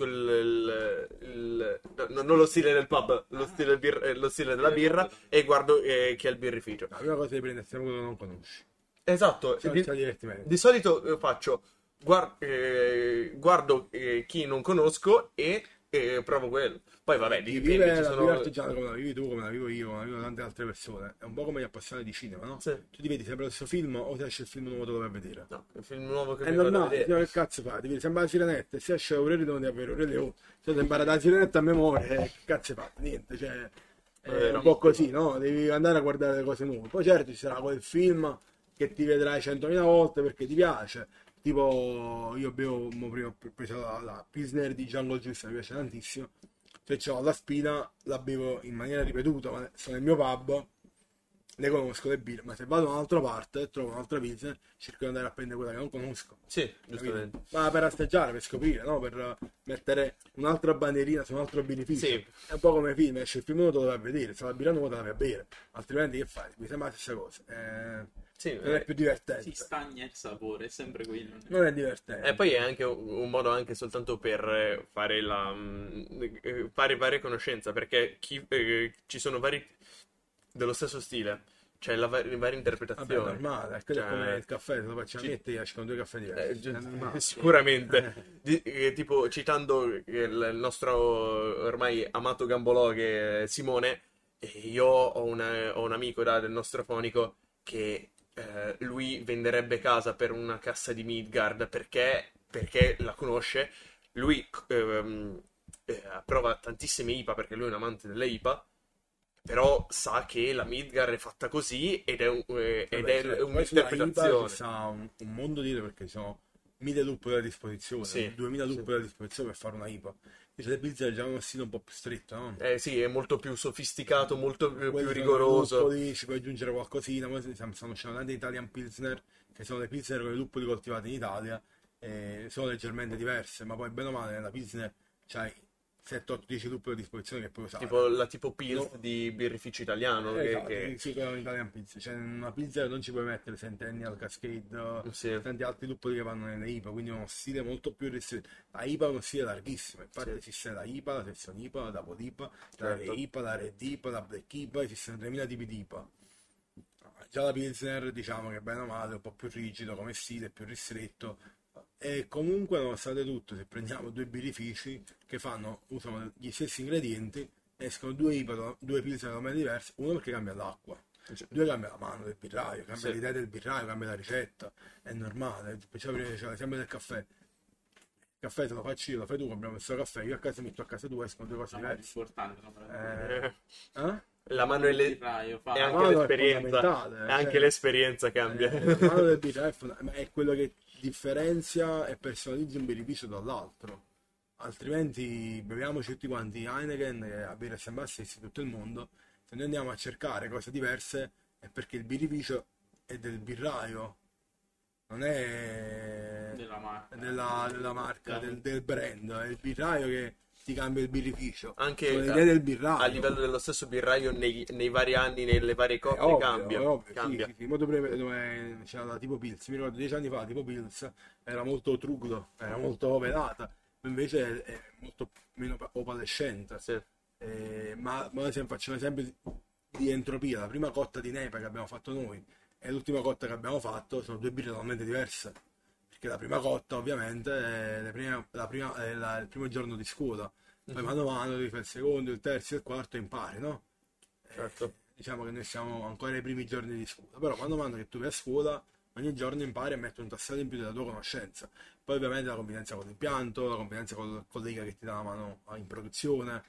no, non lo stile del pub, lo stile della birra e guardo chi è il birrificio.
La prima cosa di prendere sempre quello che non conosci.
Esatto,
Se non c'è divertimento.
di solito faccio guardo chi non conosco e provo quello. Poi vabbè,
Chi
dipende,
vive
ci
la
sono...
vita artigiana come la vivi tu, come la vivo io, come la vivono tante altre persone. È un po' come gli appassionati di cinema, no?
Sì.
Tu ti vedi sempre lo stesso film o ti esce il film nuovo dove vai a vedere?
No, il film nuovo che
È
mi vado a
normale,
vedere.
che cazzo fai? Ti vedi sempre la sirenetta e se esce Aurelio devono di avere Aurelio. Se ti impara la sirenetta a memoria, che cazzo fai? Niente, cioè... È
Vero.
un po' così, no? Devi andare a guardare le cose nuove. Poi certo ci sarà quel film che ti vedrai 100.000 volte perché ti piace. Tipo, io bevo, prima ho preso la Pilsner di Jungle Juice, mi piace tantissimo. Se ho la Spina, la bevo in maniera ripetuta, ma sono nel mio pub, ne conosco le birre, ma se vado da un'altra parte e trovo un'altra Pilsner, cerco di andare a prendere quella che non conosco.
Sì, giustamente.
Ma per assaggiare, per scoprire, no? Per mettere un'altra bandierina su un altro beneficio.
Sì.
È un po' come film, esce il film nuovo te lo vai a vedere, se la birra nuova te la vai a bere, altrimenti che fai? Mi sembra la stessa cosa.
Sì,
Non è più divertente.
Si stagna il sapore, è sempre quello.
Non è divertente.
e poi è anche un modo anche soltanto per fare fare varie conoscenza, perché ci sono vari dello stesso stile, c'è varie
Vabbè, è
interpretazioni.
normale, è quello
Cioè,
è come il caffè, se lo facciamo
ci-
mettere escono due caffè diversi. È normale.
sicuramente. Tipo citando il nostro ormai amato gambolò che è Simone, io ho un amico del nostro fonico che lui venderebbe casa per una cassa di Midgard perché la conosce. Lui prova tantissime IPA perché lui è un amante delle IPA, però sa che la Midgard è fatta così ed è,
Vabbè, cioè, poi sulla IPA
un'interpretazione.
ci sta un mondo dietro perché ci sono 1000 luppoli a disposizione,
Sì,
2000
sì.
luppoli a disposizione per fare una IPA. Invece le pizze già uno stile un po' più stretto, no?
Sì, è molto più sofisticato, molto più
Quelli sono i
rigoroso.
luppoli, ci puoi aggiungere qualcosina, poi stanno uscendo tanti Italian Pilsner, che sono le Pilsner con i luppoli coltivati in Italia, e sono leggermente diverse, ma poi bene o male nella Pilsner c'hai 7, 8, 10 luppoli a disposizione che puoi usare.
Tipo la tipo Pilz
No.
di birrificio italiano.
Esatto,
che-
sì, quello è un Italian Pizza. Cioè, in una pizza non ci puoi mettere Centennial, Cascade,
Sì.
tanti altri luppoli che vanno nelle IPA, quindi è uno stile molto più ristretto. La IPA è uno stile larghissimo, infatti
Sì.
esiste la IPA, la sezione IPA, la Double IPA, la
Certo.
Re-IPA, la Red IPA, la Black IPA, esistono 3000 tipi di IPA. Già la Pilsner, diciamo che bene o male è un po' più rigido come stile, più ristretto. E comunque, nonostante tutto, se prendiamo due birrifici che usano gli stessi ingredienti, escono due IPA, due Pilsner totalmente diverse, uno perché cambia l'acqua, due cambia la mano del birraio, cambia
Sì.
l'idea del birraio, cambia la ricetta, è normale. Perciò prima diceva l'esempio del caffè. Il caffè te lo faccio io, lo fai tu, compriamo il stesso caffè, io a casa metto a casa tua, escono due cose
No, è
diverse.
importante, no?
Eh,
Eh,
eh?
La mano e le...
birraio fa...
è
La
anche
mano è
l'esperienza.
fondamentale,
È anche
cioè,
l'esperienza cambia.
la mano del birraio è quello che differenzia e personalizza un birrificio dall'altro. Altrimenti beviamoci tutti quanti Heineken e a birra e bassi di tutto il mondo. Se noi andiamo a cercare cose diverse è perché il birrificio è del birraio, non è
della marca,
della marca, del brand. È il birraio che ti cambia il birrificio.
Anche
Sono le idee del birraio.
a livello dello stesso birraio nei vari anni, nelle varie
È
coppie
ovvio,
cambia.
è ovvio,
Cambia.
sì, sì, sì. Molto prima dove c'era la tipo Pils, mi ricordo 10 anni fa, tipo Pils era molto trucco, era molto velata, invece è molto meno opalescente.
Sì.
Ma faccio un esempio di entropia. La prima cotta di Nepa che abbiamo fatto noi e l'ultima cotta che abbiamo fatto sono due birre totalmente diverse. Perché la prima cotta, ovviamente, è il primo giorno di scuola. Poi mano a mano ti fai il secondo, il terzo e il quarto e impari, no?
Certo.
Diciamo che noi siamo ancora ai primi giorni di scuola, però mano a mano che tu vai a scuola, ogni giorno impari a mettere un tassello in più della tua conoscenza. Poi ovviamente la convivenza con l'impianto, la convivenza con il collega che ti dà la mano in produzione.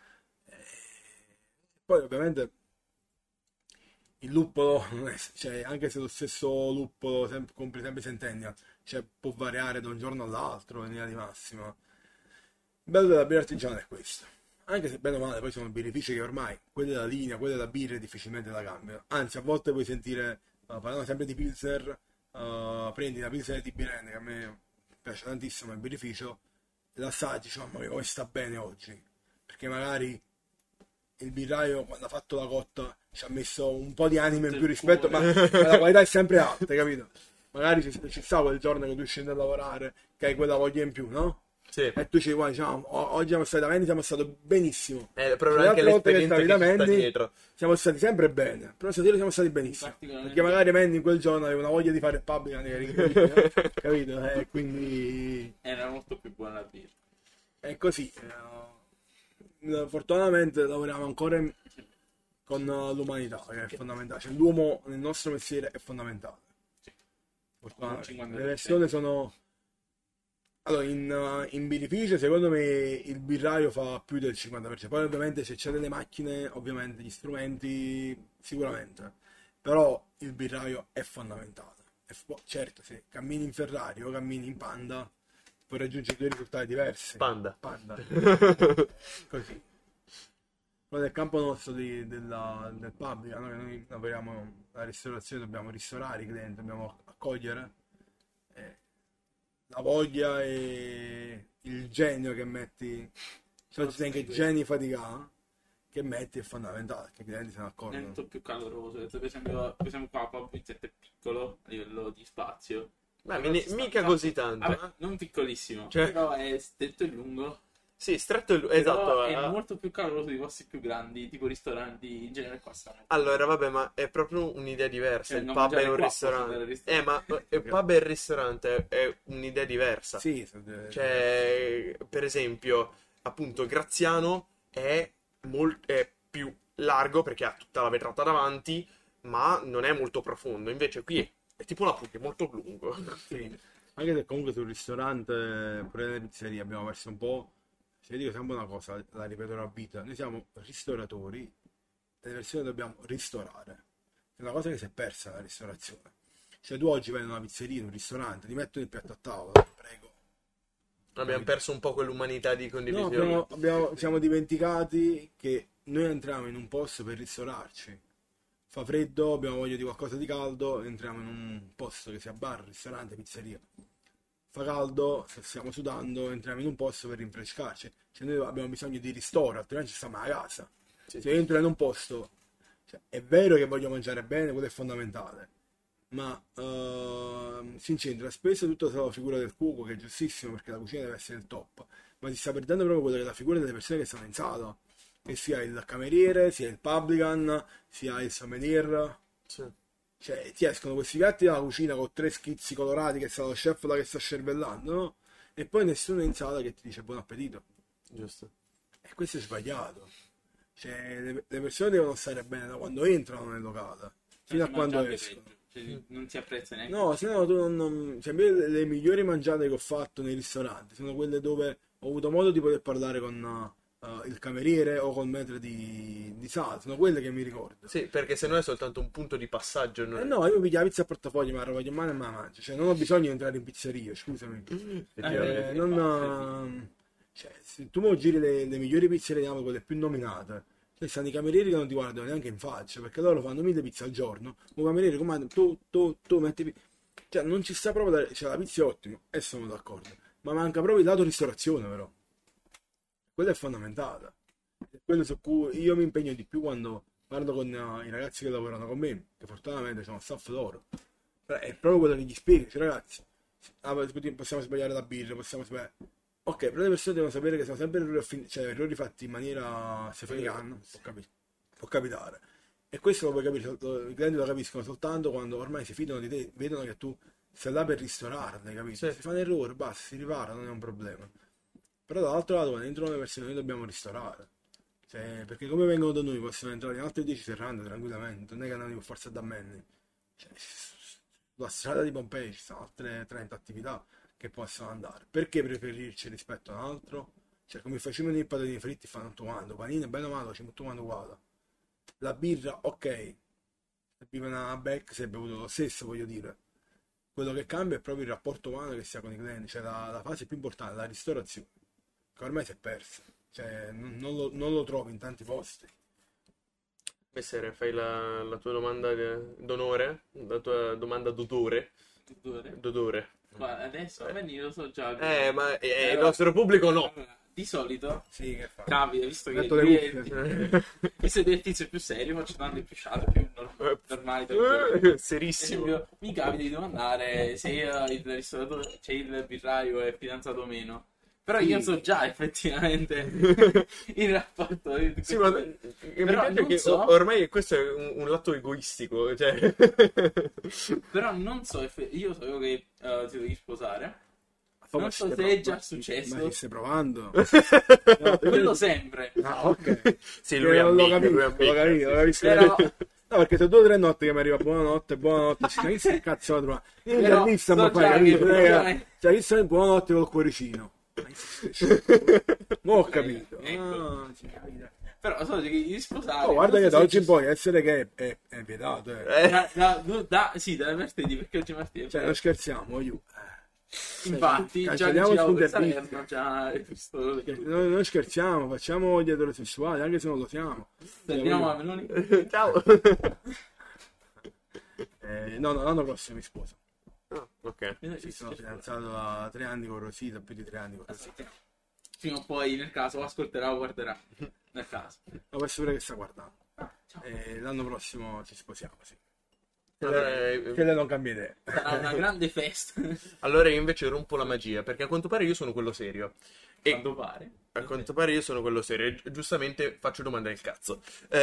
Poi ovviamente il luppolo, non è, cioè, anche se lo stesso luppolo compri sempre Centennial, cioè, può variare da un giorno all'altro in linea di massima. Il bello della birra artigiana è questo. Anche se bene o male poi sono birrifici che ormai quella della linea, quella della birra difficilmente la cambiano. Anzi, a volte puoi sentire, parlando sempre di Pilsner, prendi la Pilsner di Birene, che a me piace tantissimo, è un birrificio, e l'assaggi, dici, mamma mia, come sta bene oggi. Perché magari il birraio quando ha fatto la cotta ci ha messo un po' di anima in più rispetto, ma la qualità è sempre alta, capito? Magari ci sta quel giorno che tu scendi a lavorare, che hai quella voglia in più, no?
Sì.
E tu ci guardi, diciamo, oggi siamo stati da Vendi, siamo stati benissimo.
Proprio
Le
anche
altre volte
l'esperienza che
stavi
ci sta
Vendi,
dietro.
siamo stati sempre bene, però stasera siamo stati benissimo. Perché magari Vendi in quel giorno aveva una voglia di fare il public, che era incredibile, capito? E quindi
era molto più buona la birra.
è così. Fortunatamente lavoriamo ancora con l'umanità, che è fondamentale. Cioè, l'uomo nel nostro mestiere è fondamentale. Fortunatamente. Le persone sono... Allora, in birrificio secondo me il birraio fa più del 50%. Poi ovviamente se c'è delle macchine, ovviamente gli strumenti, sicuramente. Però il birraio è fondamentale. Certo, se cammini in Ferrari o cammini in Panda, puoi raggiungere due risultati diversi.
Panda.
Così. Però nel campo nostro del pubblic, noi lavoriamo la ristorazione, dobbiamo ristorare i clienti, dobbiamo accogliere. La voglia e il genio che metti, cioè ci anche geni faticati che metti è fondamentale, che i clienti se ne accorgono.
È molto più caloroso. Per esempio qua Pubblic è piccolo a livello di spazio.
Ma mica così tanto.
Vabbè, non piccolissimo,
Cioè...
però è stretto e lungo.
Sì, stretto e esatto.
È molto più caloroso di posti più grandi, tipo ristoranti in genere qua stanno.
Allora, vabbè, ma è proprio un'idea diversa. Il pub è un ristorante. Ma il pub e il ristorante è un'idea diversa.
Sì,
cioè, per esempio, appunto, Graziano è più largo perché ha tutta la vetrata davanti, ma non è molto profondo. Invece qui è tipo una puglia, è molto lungo.
Sì. Anche se comunque sul ristorante, pure nelle pizzerie abbiamo perso un po'. Se dico sempre una cosa, la ripeterò a vita, noi siamo ristoratori e le persone dobbiamo ristorare. È una cosa che si è persa la ristorazione. Cioè tu oggi vai in una pizzeria, in un ristorante, ti mettono il piatto a tavola, prego.
Abbiamo perso un po' quell'umanità di condivisione.
No, siamo dimenticati che noi entriamo in un posto per ristorarci. Fa freddo, abbiamo voglia di qualcosa di caldo, entriamo in un posto che sia bar, ristorante, pizzeria. Fa caldo, se stiamo sudando, entriamo in un posto per rinfrescarci. Cioè noi abbiamo bisogno di ristoro, altrimenti ci stiamo a casa.
Sì.
Se entro in un posto, cioè, è vero che voglio mangiare bene, quello è fondamentale, ma si incentra spesso tutta sulla figura del cuoco, che è giustissimo perché la cucina deve essere il top, ma si sta perdendo proprio quella che è la figura delle persone che stanno in sala, che sia il cameriere, sia il publican, sia il sommelier.
Sì.
Cioè, ti escono questi piatti dalla cucina con 3 schizzi colorati che sta lo chef là che sta scervellando, no? E poi nessuno in sala che ti dice buon appetito.
Giusto.
E questo è sbagliato. Cioè, le persone devono stare bene da quando entrano nel locale, fino a quando escono.
Cioè, non si apprezza neanche.
No, se no tu non... Cioè, le migliori mangiate che ho fatto nei ristoranti sono quelle dove ho avuto modo di poter parlare con il cameriere o col maître di di sale, sono quelle che mi ricordo.
Sì, perché se no è soltanto un punto di passaggio.
No, io mi piglio la pizza a portafoglio, ma la voglio in mano e me la mangio. Cioè, non ho bisogno di entrare in pizzeria, scusami. Cioè, se tu mo giri le migliori pizzerie di Napoli, quelle più nominate, cioè, stanno i camerieri che non ti guardano neanche in faccia, perché loro fanno 1000 pizze al giorno. Un cameriere comanda, tu metti. Cioè, non ci sta proprio. Cioè, la pizza è ottima, e sono d'accordo. Ma manca proprio il lato ristorazione, però. Quello è fondamentale. È quello su cui io mi impegno di più quando parlo con i ragazzi che lavorano con me, che fortunatamente sono staff loro. È proprio quello che gli spieghi, cioè, ragazzi, possiamo sbagliare la birra, possiamo sbagliare. Ok, però le persone devono sapere che sono sempre errori fatti in maniera seferiana, può capitare. E questo lo puoi capire, i clienti lo capiscono soltanto quando ormai si fidano di te, vedono che tu sei là per ristorarli, capito?
Sì.
Si fa un errore, basta, si ripara, non è un problema. Però dall'altro lato, quando entrano le persone, noi dobbiamo ristorare. Cioè, perché come vengono da noi, possono entrare in altre 10 serrande tranquillamente, non è che andano per forza da Menni. Cioè, sulla strada di Pompei ci sono altre 30 attività che possono andare. Perché preferirci rispetto a un altro? Cioè, come facevano i patatini fritti, fanno tutto quanto, panini, bene o male, ci metto quanto uguale. La birra, ok, se vive una Beck, si è bevuto lo stesso, voglio dire. Quello che cambia è proprio il rapporto umano che si ha con i clienti, cioè la fase più importante, la ristorazione, che ormai si è persa, cioè non lo trovi in tanti posti.
Messere, fai la tua domanda d'onore, la tua domanda d'odore. D'odore.
Ma adesso a me io lo so già.
Ma il nostro pubblico no.
Di solito
Sì, che fa?
capita, visto che
Metto le
visto che il tizio è più serio, faccio domande più sciate, più normali.
Serissimo.
Esempio, mi capita di domandare se il ristoratore, c'è il birraio è fidanzato o meno. Però io so già effettivamente il rapporto.
Sì, ma mi piace che ormai questo è un lato egoistico, cioè.
Però non so, io sapevo che ti devi sposare. Non so se è già successo.
Ma ci stai provando?
No, quello sempre.
Ah, ok.
Sì, lui ha
l'ho capito.
Però...
No, perché sono 2 o 3 notti che mi arriva buonanotte, che cazzo la trova? Io intervista mi fai capire, cioè io sono in buonanotte col cuoricino. Ma ho capito.
Ecco. Però so che gli sposare.
Guarda che da oggi in poi essere che è vietato.
Sì, dalle martedì, perché oggi è martedì.
Cioè, non scherziamo, io.
Infatti, già già visto.
Non scherziamo, facciamo gli eterosessuali, anche se non lo siamo.
Andiamo a Meloni.
Ciao.
No, l'anno prossimo mi sposo.
Ok.
Sì, sono fidanzato da 3 anni con Rosita, più di 3 anni con Rosita.
Prima o poi, nel caso, ascolterà o guarderà. Nel caso.
Ma può essere che sta guardando. L'anno prossimo ci sposiamo, sì.
Allora,
che lei non cambia idea.
Sarà una grande festa.
Allora io invece rompo la magia, perché a quanto pare io sono quello serio. A quanto pare io sono quello serio. E giustamente faccio domande del cazzo.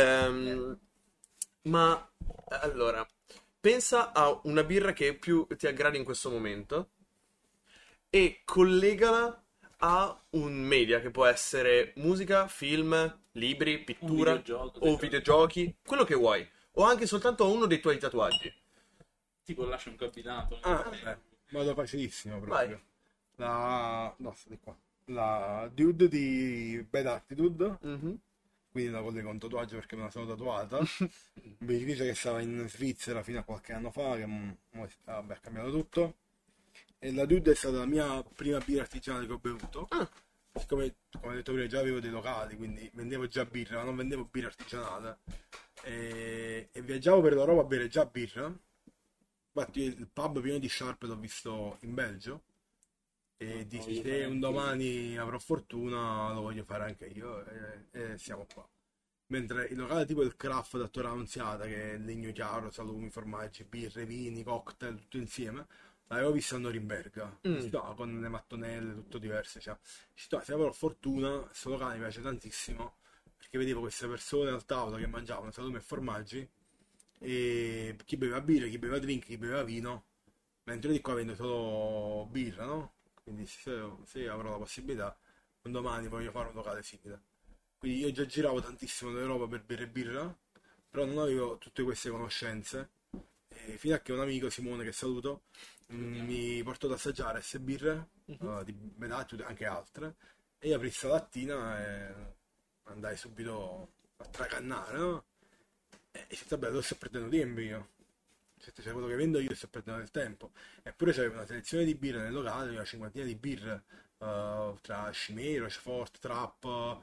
Ma allora, pensa a una birra che più ti aggrada in questo momento e collegala a un media che può essere musica, film, libri, pittura o videogiochi, quello che vuoi. O anche soltanto a uno dei tuoi tatuaggi.
Tipo lascia un cabinato.
Modo facilissimo proprio. No, sta di qua. La Dude di Bad Attitude. Quindi la collego con tatuaggio perché me la sono tatuata. Mi dice che stava in Svizzera fino a qualche anno fa, che vabbè, ha cambiato tutto. E la Dude è stata la mia prima birra artigianale che ho bevuto. Siccome, come ho detto prima, già avevo dei locali, quindi vendevo già birra, ma non vendevo birra artigianale. E viaggiavo per l'Europa a bere già birra. Infatti il pub pieno di Sharp l'ho visto in Belgio. E dici, se un domani avrò fortuna lo voglio fare anche io, e siamo qua. Mentre il locale tipo il Craft da Torre Annunziata, che è legno chiaro, salumi, formaggi, birre, vini, cocktail, tutto insieme, l'avevo visto a Norimberga, con le mattonelle, tutto diverso. Cioè, se avrò fortuna, questo locale mi piace tantissimo, perché vedevo queste persone al tavolo che mangiavano salumi e formaggi, e chi beveva birra, chi beveva drink, chi beveva vino, mentre io di qua vendo solo birra, no? Quindi se avrò la possibilità, un domani voglio fare un locale simile. Quindi io già giravo tantissimo in Europa per bere birra, però non avevo tutte queste conoscenze, e fino a che un amico, Simone, che saluto, mi portò ad assaggiare queste birre di Bad Attitude, anche altre, e io apri questa lattina e andai subito a tracannare, no? E dice, vabbè, lo sto perdendo tempo io. Cioè, quello che vendo io sto perdendo del tempo. Eppure c'è una selezione di birre nel locale, una cinquantina di birre, tra Scimero, Sport, Trap,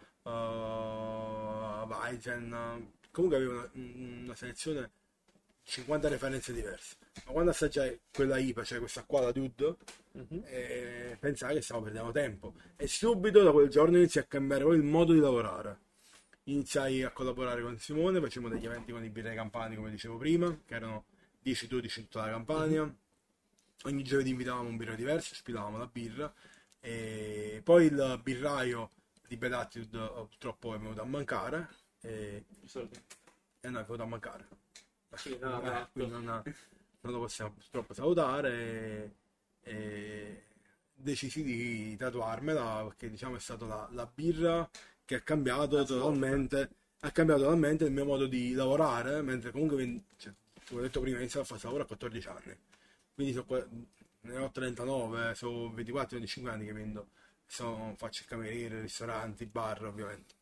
Weizen, comunque aveva una selezione, 50 referenze diverse. Ma quando assaggiai quella IPA, cioè questa qua, la Dude, pensai che stavo perdendo tempo. E subito da quel giorno iniziai a cambiare poi il modo di lavorare. Iniziai a collaborare con Simone, facevamo degli eventi con i birre campani, come dicevo prima, che erano 10-12 in tutta la Campania. Ogni giovedì invitavamo un birra diverso, spilavamo la birra. E poi il birraio di Bad Attitude purtroppo è venuto a mancare. E no, è venuto a mancare.
Sì, no,
Quindi non lo possiamo purtroppo salutare. E decisi di tatuarmela perché diciamo è stata la birra che ha cambiato totalmente il mio modo di lavorare, mentre comunque, cioè, come ho detto prima, iniziato a fare questo lavoro a 14 anni, quindi ne ho 39, sono 24-25 anni che vendo, faccio il cameriere, ristoranti, bar ovviamente.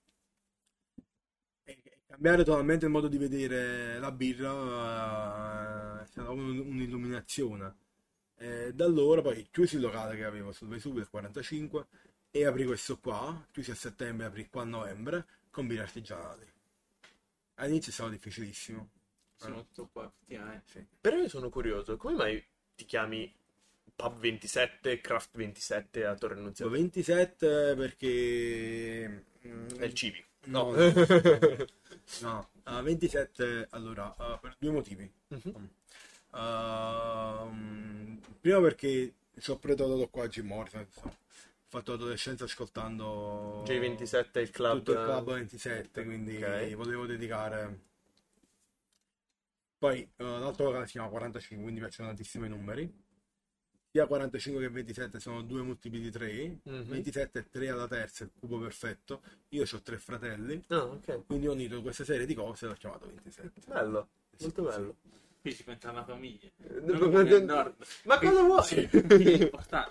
E cambiare totalmente il modo di vedere la birra è stata un'illuminazione. Da allora poi chiusi il locale che avevo sul Vesuvio del 45 e aprì questo qua, chiusi a settembre, aprì qua a novembre con birre artigianali. All'inizio è stato difficilissimo.
sono tutto qua, effettivamente.
Sì.
Però io sono curioso, come mai ti chiami Pub 27, Craft 27 a Torre Annunziata?
27 perché...
È il civico.
No,
No.
no. 27 allora, per due motivi.
Mhm.
Prima perché ci ho predato qua a Jim Morrison, insomma. Ho fatto l'adolescenza ascoltando
J27 il club.
tutto il club 27, quindi
Ok.
volevo dedicare. Poi l'altro locale si chiama 45, quindi mi piacciono tantissimo i numeri. Sia 45 che 27 sono due multipli di 3,
Mhm.
27 è 3 alla terza, il cubo perfetto. Io ho 3 fratelli,
Ah, ok.
quindi ho unito questa serie di cose e l'ho chiamato 27.
Bello,
Sì,
molto bello.
Qui si pensa alla famiglia.
Ma
Non come nel nord.
cosa vuoi?
Sì, è importante.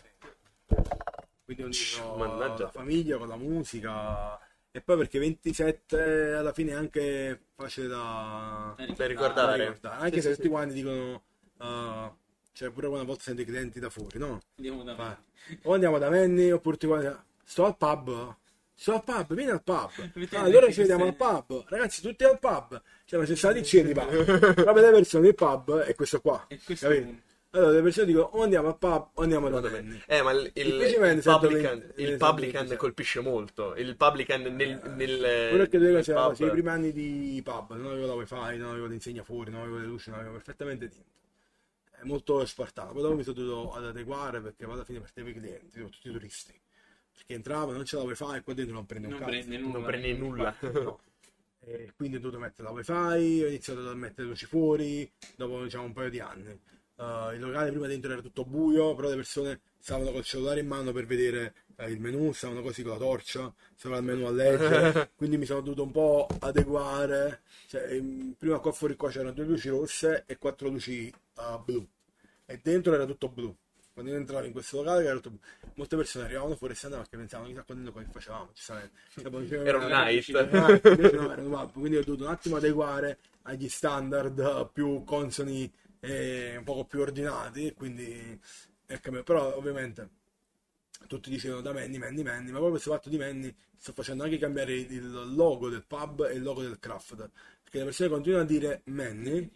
Quindi ho unito
Mannaggia.
la famiglia con la musica. E poi perché 27 alla fine è anche facile da
ricordare.
ricordare. Anche
Sì,
se
sì,
tutti
sì.
quanti dicono, cioè pure una volta sento i clienti da fuori, no?
Andiamo da
Vai.
me.
O andiamo da Manny oppure tutti quanti, sto al pub, vieni al pub.
Avete
Allora
detto
ci vediamo al
che
pub, ragazzi, tutti al pub. Cioè, ma c'è stati di pub. Proprio le persone del pub è questo qua.
E questo
Capito? Allora le persone dicono o andiamo al pub o andiamo da
Vabbè.
Manny.
Ma
Difficilmente sento
il publican colpisce molto. Il publican nel
Quello che dico,
nel
c'erano
pub.
i primi anni di pub, non avevo la wifi, non avevo l'insegna fuori, non avevo le luci, non avevo perfettamente niente. È molto spartano. Poi dopo mi sono dovuto ad adeguare perché poi alla fine perdevo i clienti, tutti i turisti. Perché entravano, non c'era la wifi e qua dentro non prende un
non
cazzo.
prende nulla.
Non prendi nulla.
No. E quindi ho dovuto mettere la wifi, ho iniziato a mettere le luci fuori, dopo diciamo un paio di anni. Il locale prima dentro era tutto buio, però le persone stavano col cellulare in mano per vedere il menu, stavano così con la torcia, stavano al menu a leggere, quindi mi sono dovuto un po' adeguare. Cioè, prima qua fuori qua c'erano 2 luci rosse e 4 luci blu, e dentro era tutto blu. Quando io entravo in questo locale era tutto blu. Molte persone arrivavano fuori e se andavano perché pensavano chissà qua dentro cosa facevamo.
Era un night.
Invece no, era un pub, quindi ho dovuto un attimo adeguare agli standard più consoni e un poco più ordinati, e quindi è cambiato. Però ovviamente tutti dicevano da Manny, ma proprio questo fatto di Manny sto facendo anche cambiare il logo del pub e il logo del craft, perché le persone continuano a dire Manny,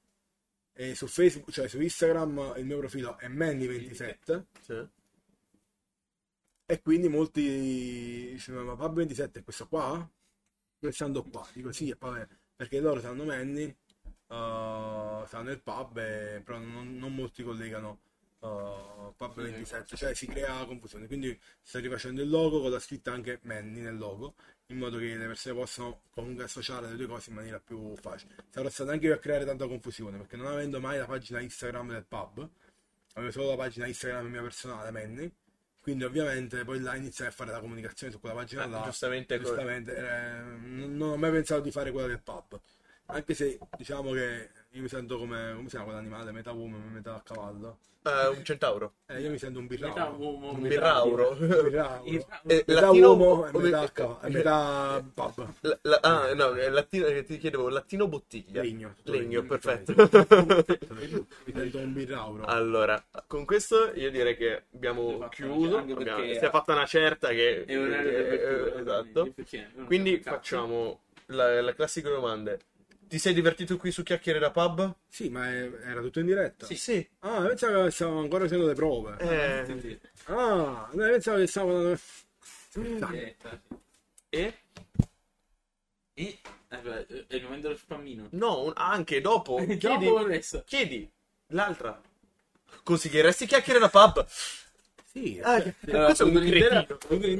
e su Facebook, cioè su Instagram il mio profilo è Manny27,
Sì.
e quindi molti dicevano ma pub 27 è questo qua? Restando qua, dico sì, vabbè, perché loro sanno Manny, stanno nel pub, però non molti collegano pub 27, cioè si crea confusione. Quindi sto rifacendo il logo con la scritta anche Manny nel logo, in modo che le persone possano comunque associare le due cose in maniera più facile. Sarò stato anche io a creare tanta confusione, perché non avendo mai la pagina Instagram del pub, avevo solo la pagina Instagram mia personale, Manny. Quindi ovviamente poi là iniziai a fare la comunicazione su quella pagina là.
Giustamente,
Non ho mai pensato di fare quella del pub. Anche se diciamo che io mi sento come si chiama quell'animale, metà uomo, metà cavallo.
Un centauro.
Io mi sento un
Metà
birrauro.
uomo,
Un
metà
birrauro.
Metà
Latino
uomo e metà cavallo, metà pub.
No, latino, ti chiedevo latino bottiglia.
Legno. tutto
Legno,
tutto
perfetto.
legno. Mi sento un birrauro.
Allora, con questo io direi che abbiamo chiuso.
anche perché
Si è fatta una certa che...
È orario di apertura,
esatto.
perché non
Quindi
cazzo.
facciamo la classica domanda. Ti sei divertito qui su Chiacchiere da Pub?
Sì, ma era tutto in diretta?
Sì.
Ah, pensavo che stavamo ancora facendo le prove.
Sì.
Ah, noi pensavo che stavamo...
E?
È il momento dello spammino.
No, anche dopo. Chiedi,
Dopo adesso.
chiedi l'altra. Consiglieresti Chiacchiere da Pub?
Sì,
Questo è un cretino.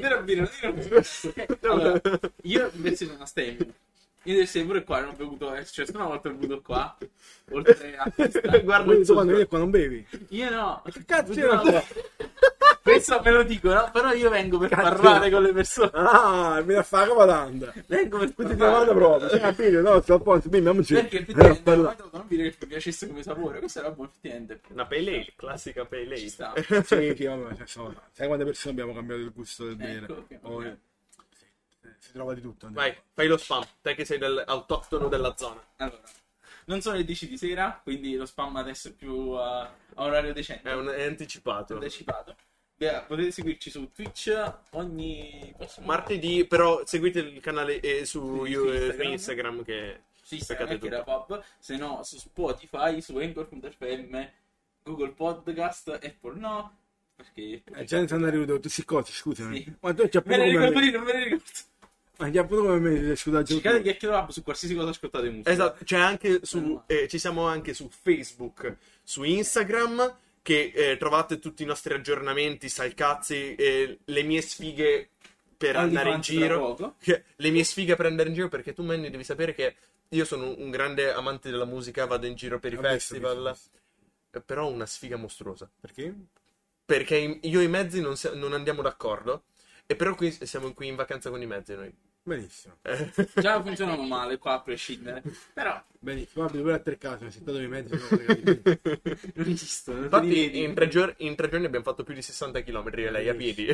Allora, io invece non astemio. Io adesso pure qua non ho bevuto, cioè una volta ho bevuto qua, oltre a questa.
Guarda
Quindi
il
tu quando
suo.
vieni qua non bevi?
Io no.
Che cazzo
No.
c'era?
Questo me lo dicono, però io vengo per parlare con le persone.
Ah, mi da fare cavalanda.
Vengo per
Quindi ti
parlare.
domanda proprio. Cioè, capito? No, sto a posto. Andiamoci.
Perché effettivamente non dire che mi piacesse come sapore, questo era buon effettivamente.
Una pale ale, classica pale
Ci
ale.
sta.
Sì, vabbè, cioè, sai quante persone abbiamo cambiato il gusto del bere?
ok,
Poi,
ok.
si trova di tutto. andiamo.
Vai, fai lo spam, te che sei autoctono della zona.
Allora, non sono le 10 di sera, quindi lo spam adesso è più a orario decente.
È anticipato.
Anticipato. Beh, potete seguirci su Twitch ogni prossimo
Martedì, però seguite il canale su
Su
su Instagram che
sì,
staccate
che era
tutto.
pop, se no su Spotify, su Anchor.fm, Google Podcast, Apple no, perché
Gente hanno arrivato tutti questi cose, scusami.
Sì.
Ma tu c'è
me
pure
ne
come
ricordo
me.
lì, non me ne ricordo.
Ma c'è pure come me, scusa,
Cercate Chiacchiere Lab su qualsiasi cosa ascoltate musica.
Esatto, c'è anche su,
No.
ci siamo anche su Facebook, su Instagram, che trovate tutti i nostri aggiornamenti, salcazzi, le mie sfighe per andare in giro. Le mie sfighe per andare in giro, perché tu, Manny, devi sapere che io sono un grande amante della musica, vado in giro per i festival, però ho una sfiga mostruosa.
Perché?
Perché io e i mezzi non andiamo d'accordo, e però qui siamo qui in vacanza con i mezzi noi.
Benissimo.
Già funzionano male qua a prescindere. Però
Benissimo. Vabbè, pure a tre casi, se dato i mezzi sono legati.
non esistono. non te li
Infatti
vedi.
in 3 giorni abbiamo fatto più di 60 km e lei a piedi.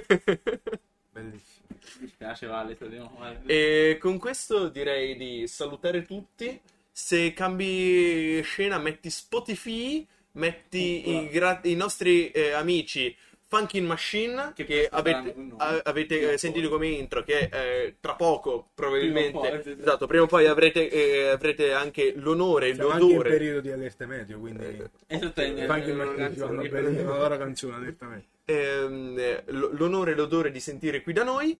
Bellissimo.
Mi spiace, Vale, torniamo male.
E con questo direi di salutare tutti. Se cambi scena, metti Spotify, metti i nostri amici Funkin' Machine, che avete sentito come intro, che tra poco probabilmente, esatto, prima o poi avrete anche l'onore,
Siamo anche in
l'odore.
periodo di allerta meteo, quindi
Esattamente.
anche il mattino ci vanno bene una loro canzone, direttamente.
L'onore e l'odore di sentire qui da noi.